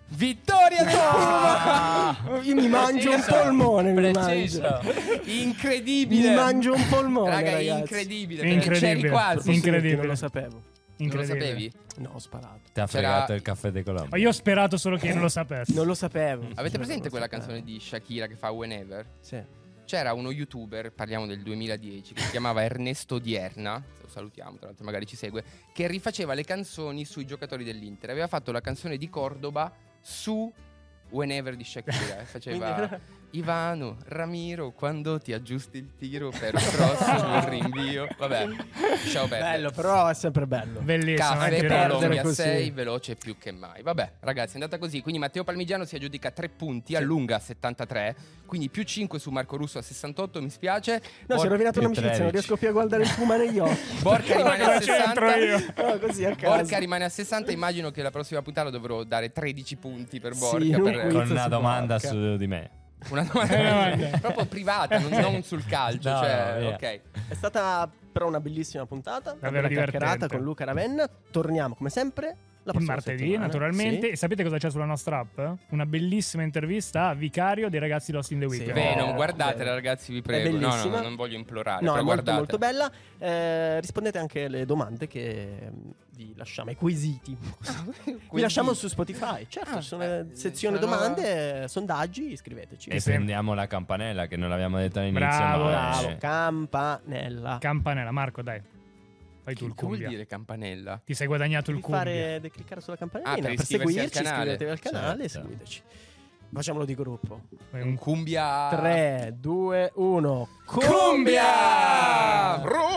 G: Vittoria Toma!
D: Io mi mangio un polmone, mi
B: Preciso.
D: mangio.
G: Incredibile!
D: Mi mangio un polmone,
G: Raga,
D: ragazzi.
G: incredibile. perché
E: Incredibile.
G: C'eri quasi.
D: Forse
E: Incredibile.
D: Non lo sapevo.
G: Non lo
E: Incredibile.
G: sapevi?
D: No, ho sparato.
B: Ti ha
G: C'era-
B: fregato il caffè dei Colombi.
E: Ma io ho sperato solo che non lo sapessi.
D: Non lo sapevo.
G: Avete presente
D: Non lo
G: quella
D: sapevo.
G: canzone di Shakira che fa Whenever?
D: Sì.
G: C'era uno youtuber, parliamo del 2010, che si chiamava Ernesto Dierna, lo salutiamo, tra l'altro magari ci segue, che rifaceva le canzoni sui giocatori dell'Inter. Aveva fatto la canzone di Cordoba su Whenever di Shakira. Faceva Ivano, Ramiro, quando ti aggiusti il tiro per il cross sul rinvio. Vabbè, lasciamo perdere.
D: Bello, però è sempre bello.
E: Bellissimo.
G: Caffè
E: anche
D: perdere
G: Colombia
D: così.
G: 6, veloce più che mai. Vabbè, ragazzi, è andata così. Quindi Matteo Palmigiano si aggiudica 3 punti, allunga a 73, quindi più 5 su Marco Russo a 68, mi spiace.
D: No, si è rovinato
B: più
D: l'amicizia, non
B: 13.
D: riesco più a guardare il Puma negli occhi.
G: Borca rimane a
E: Cosa c'entro
G: 60.
E: io?
D: No, così a caso.
G: Borca rimane a 60, immagino che la prossima puntata dovrò dare 13 punti per
D: Sì,
G: Borca.
D: un
G: per
D: quiz.
B: Con una
D: su
B: domanda
D: Borca.
B: su di me.
G: una domanda proprio privata, non sul calcio.
B: No,
G: cioè,
B: no, via.
G: ok.
D: È stata però una bellissima puntata. Una
E: Davvero
D: bella chiacchierata
E: divertente.
D: con Luca Ravenna. Torniamo come sempre la
E: Il
D: prossima
E: martedì,
D: settimana.
E: naturalmente.
D: Sì.
E: E sapete cosa c'è sulla nostra app? Una bellissima intervista a Vicario dei ragazzi Lost in the
D: Sì.
E: Weekend.
G: Beh,
D: Oh,
G: non guardatela,
D: bene.
G: ragazzi, vi
D: È
G: prego. No,
D: bellissima.
G: non voglio implorare.
D: No,
G: però
D: è molto,
G: guardate.
D: molto bella. Rispondete anche alle domande che vi lasciamo, ai quesiti. Vi lasciamo su Spotify. Certo,
G: Ah,
D: ci sono le
G: beh,
D: sezioni
G: c'è una nuova-
D: domande, sondaggi, iscriveteci.
B: E prendiamo la campanella che non l'abbiamo detto all'inizio.
E: Bravo,
B: ma
D: Bravo, campanella.
E: Campanella, Marco, dai. Fai tu
G: Che
E: il
G: vuol
E: cumbia.
G: dire campanella?
E: Ti sei guadagnato il
D: Devi
E: cumbia.
D: devi cliccare sulla
G: Ah,
D: campanellina
G: per
D: per
G: iscriversi al
D: seguirci,
G: canale.
D: iscrivetevi al canale e
B: Certo.
D: seguiteci. Facciamolo di gruppo.
G: Un cumbia.
D: 3, 2, 1.
G: Cumbia!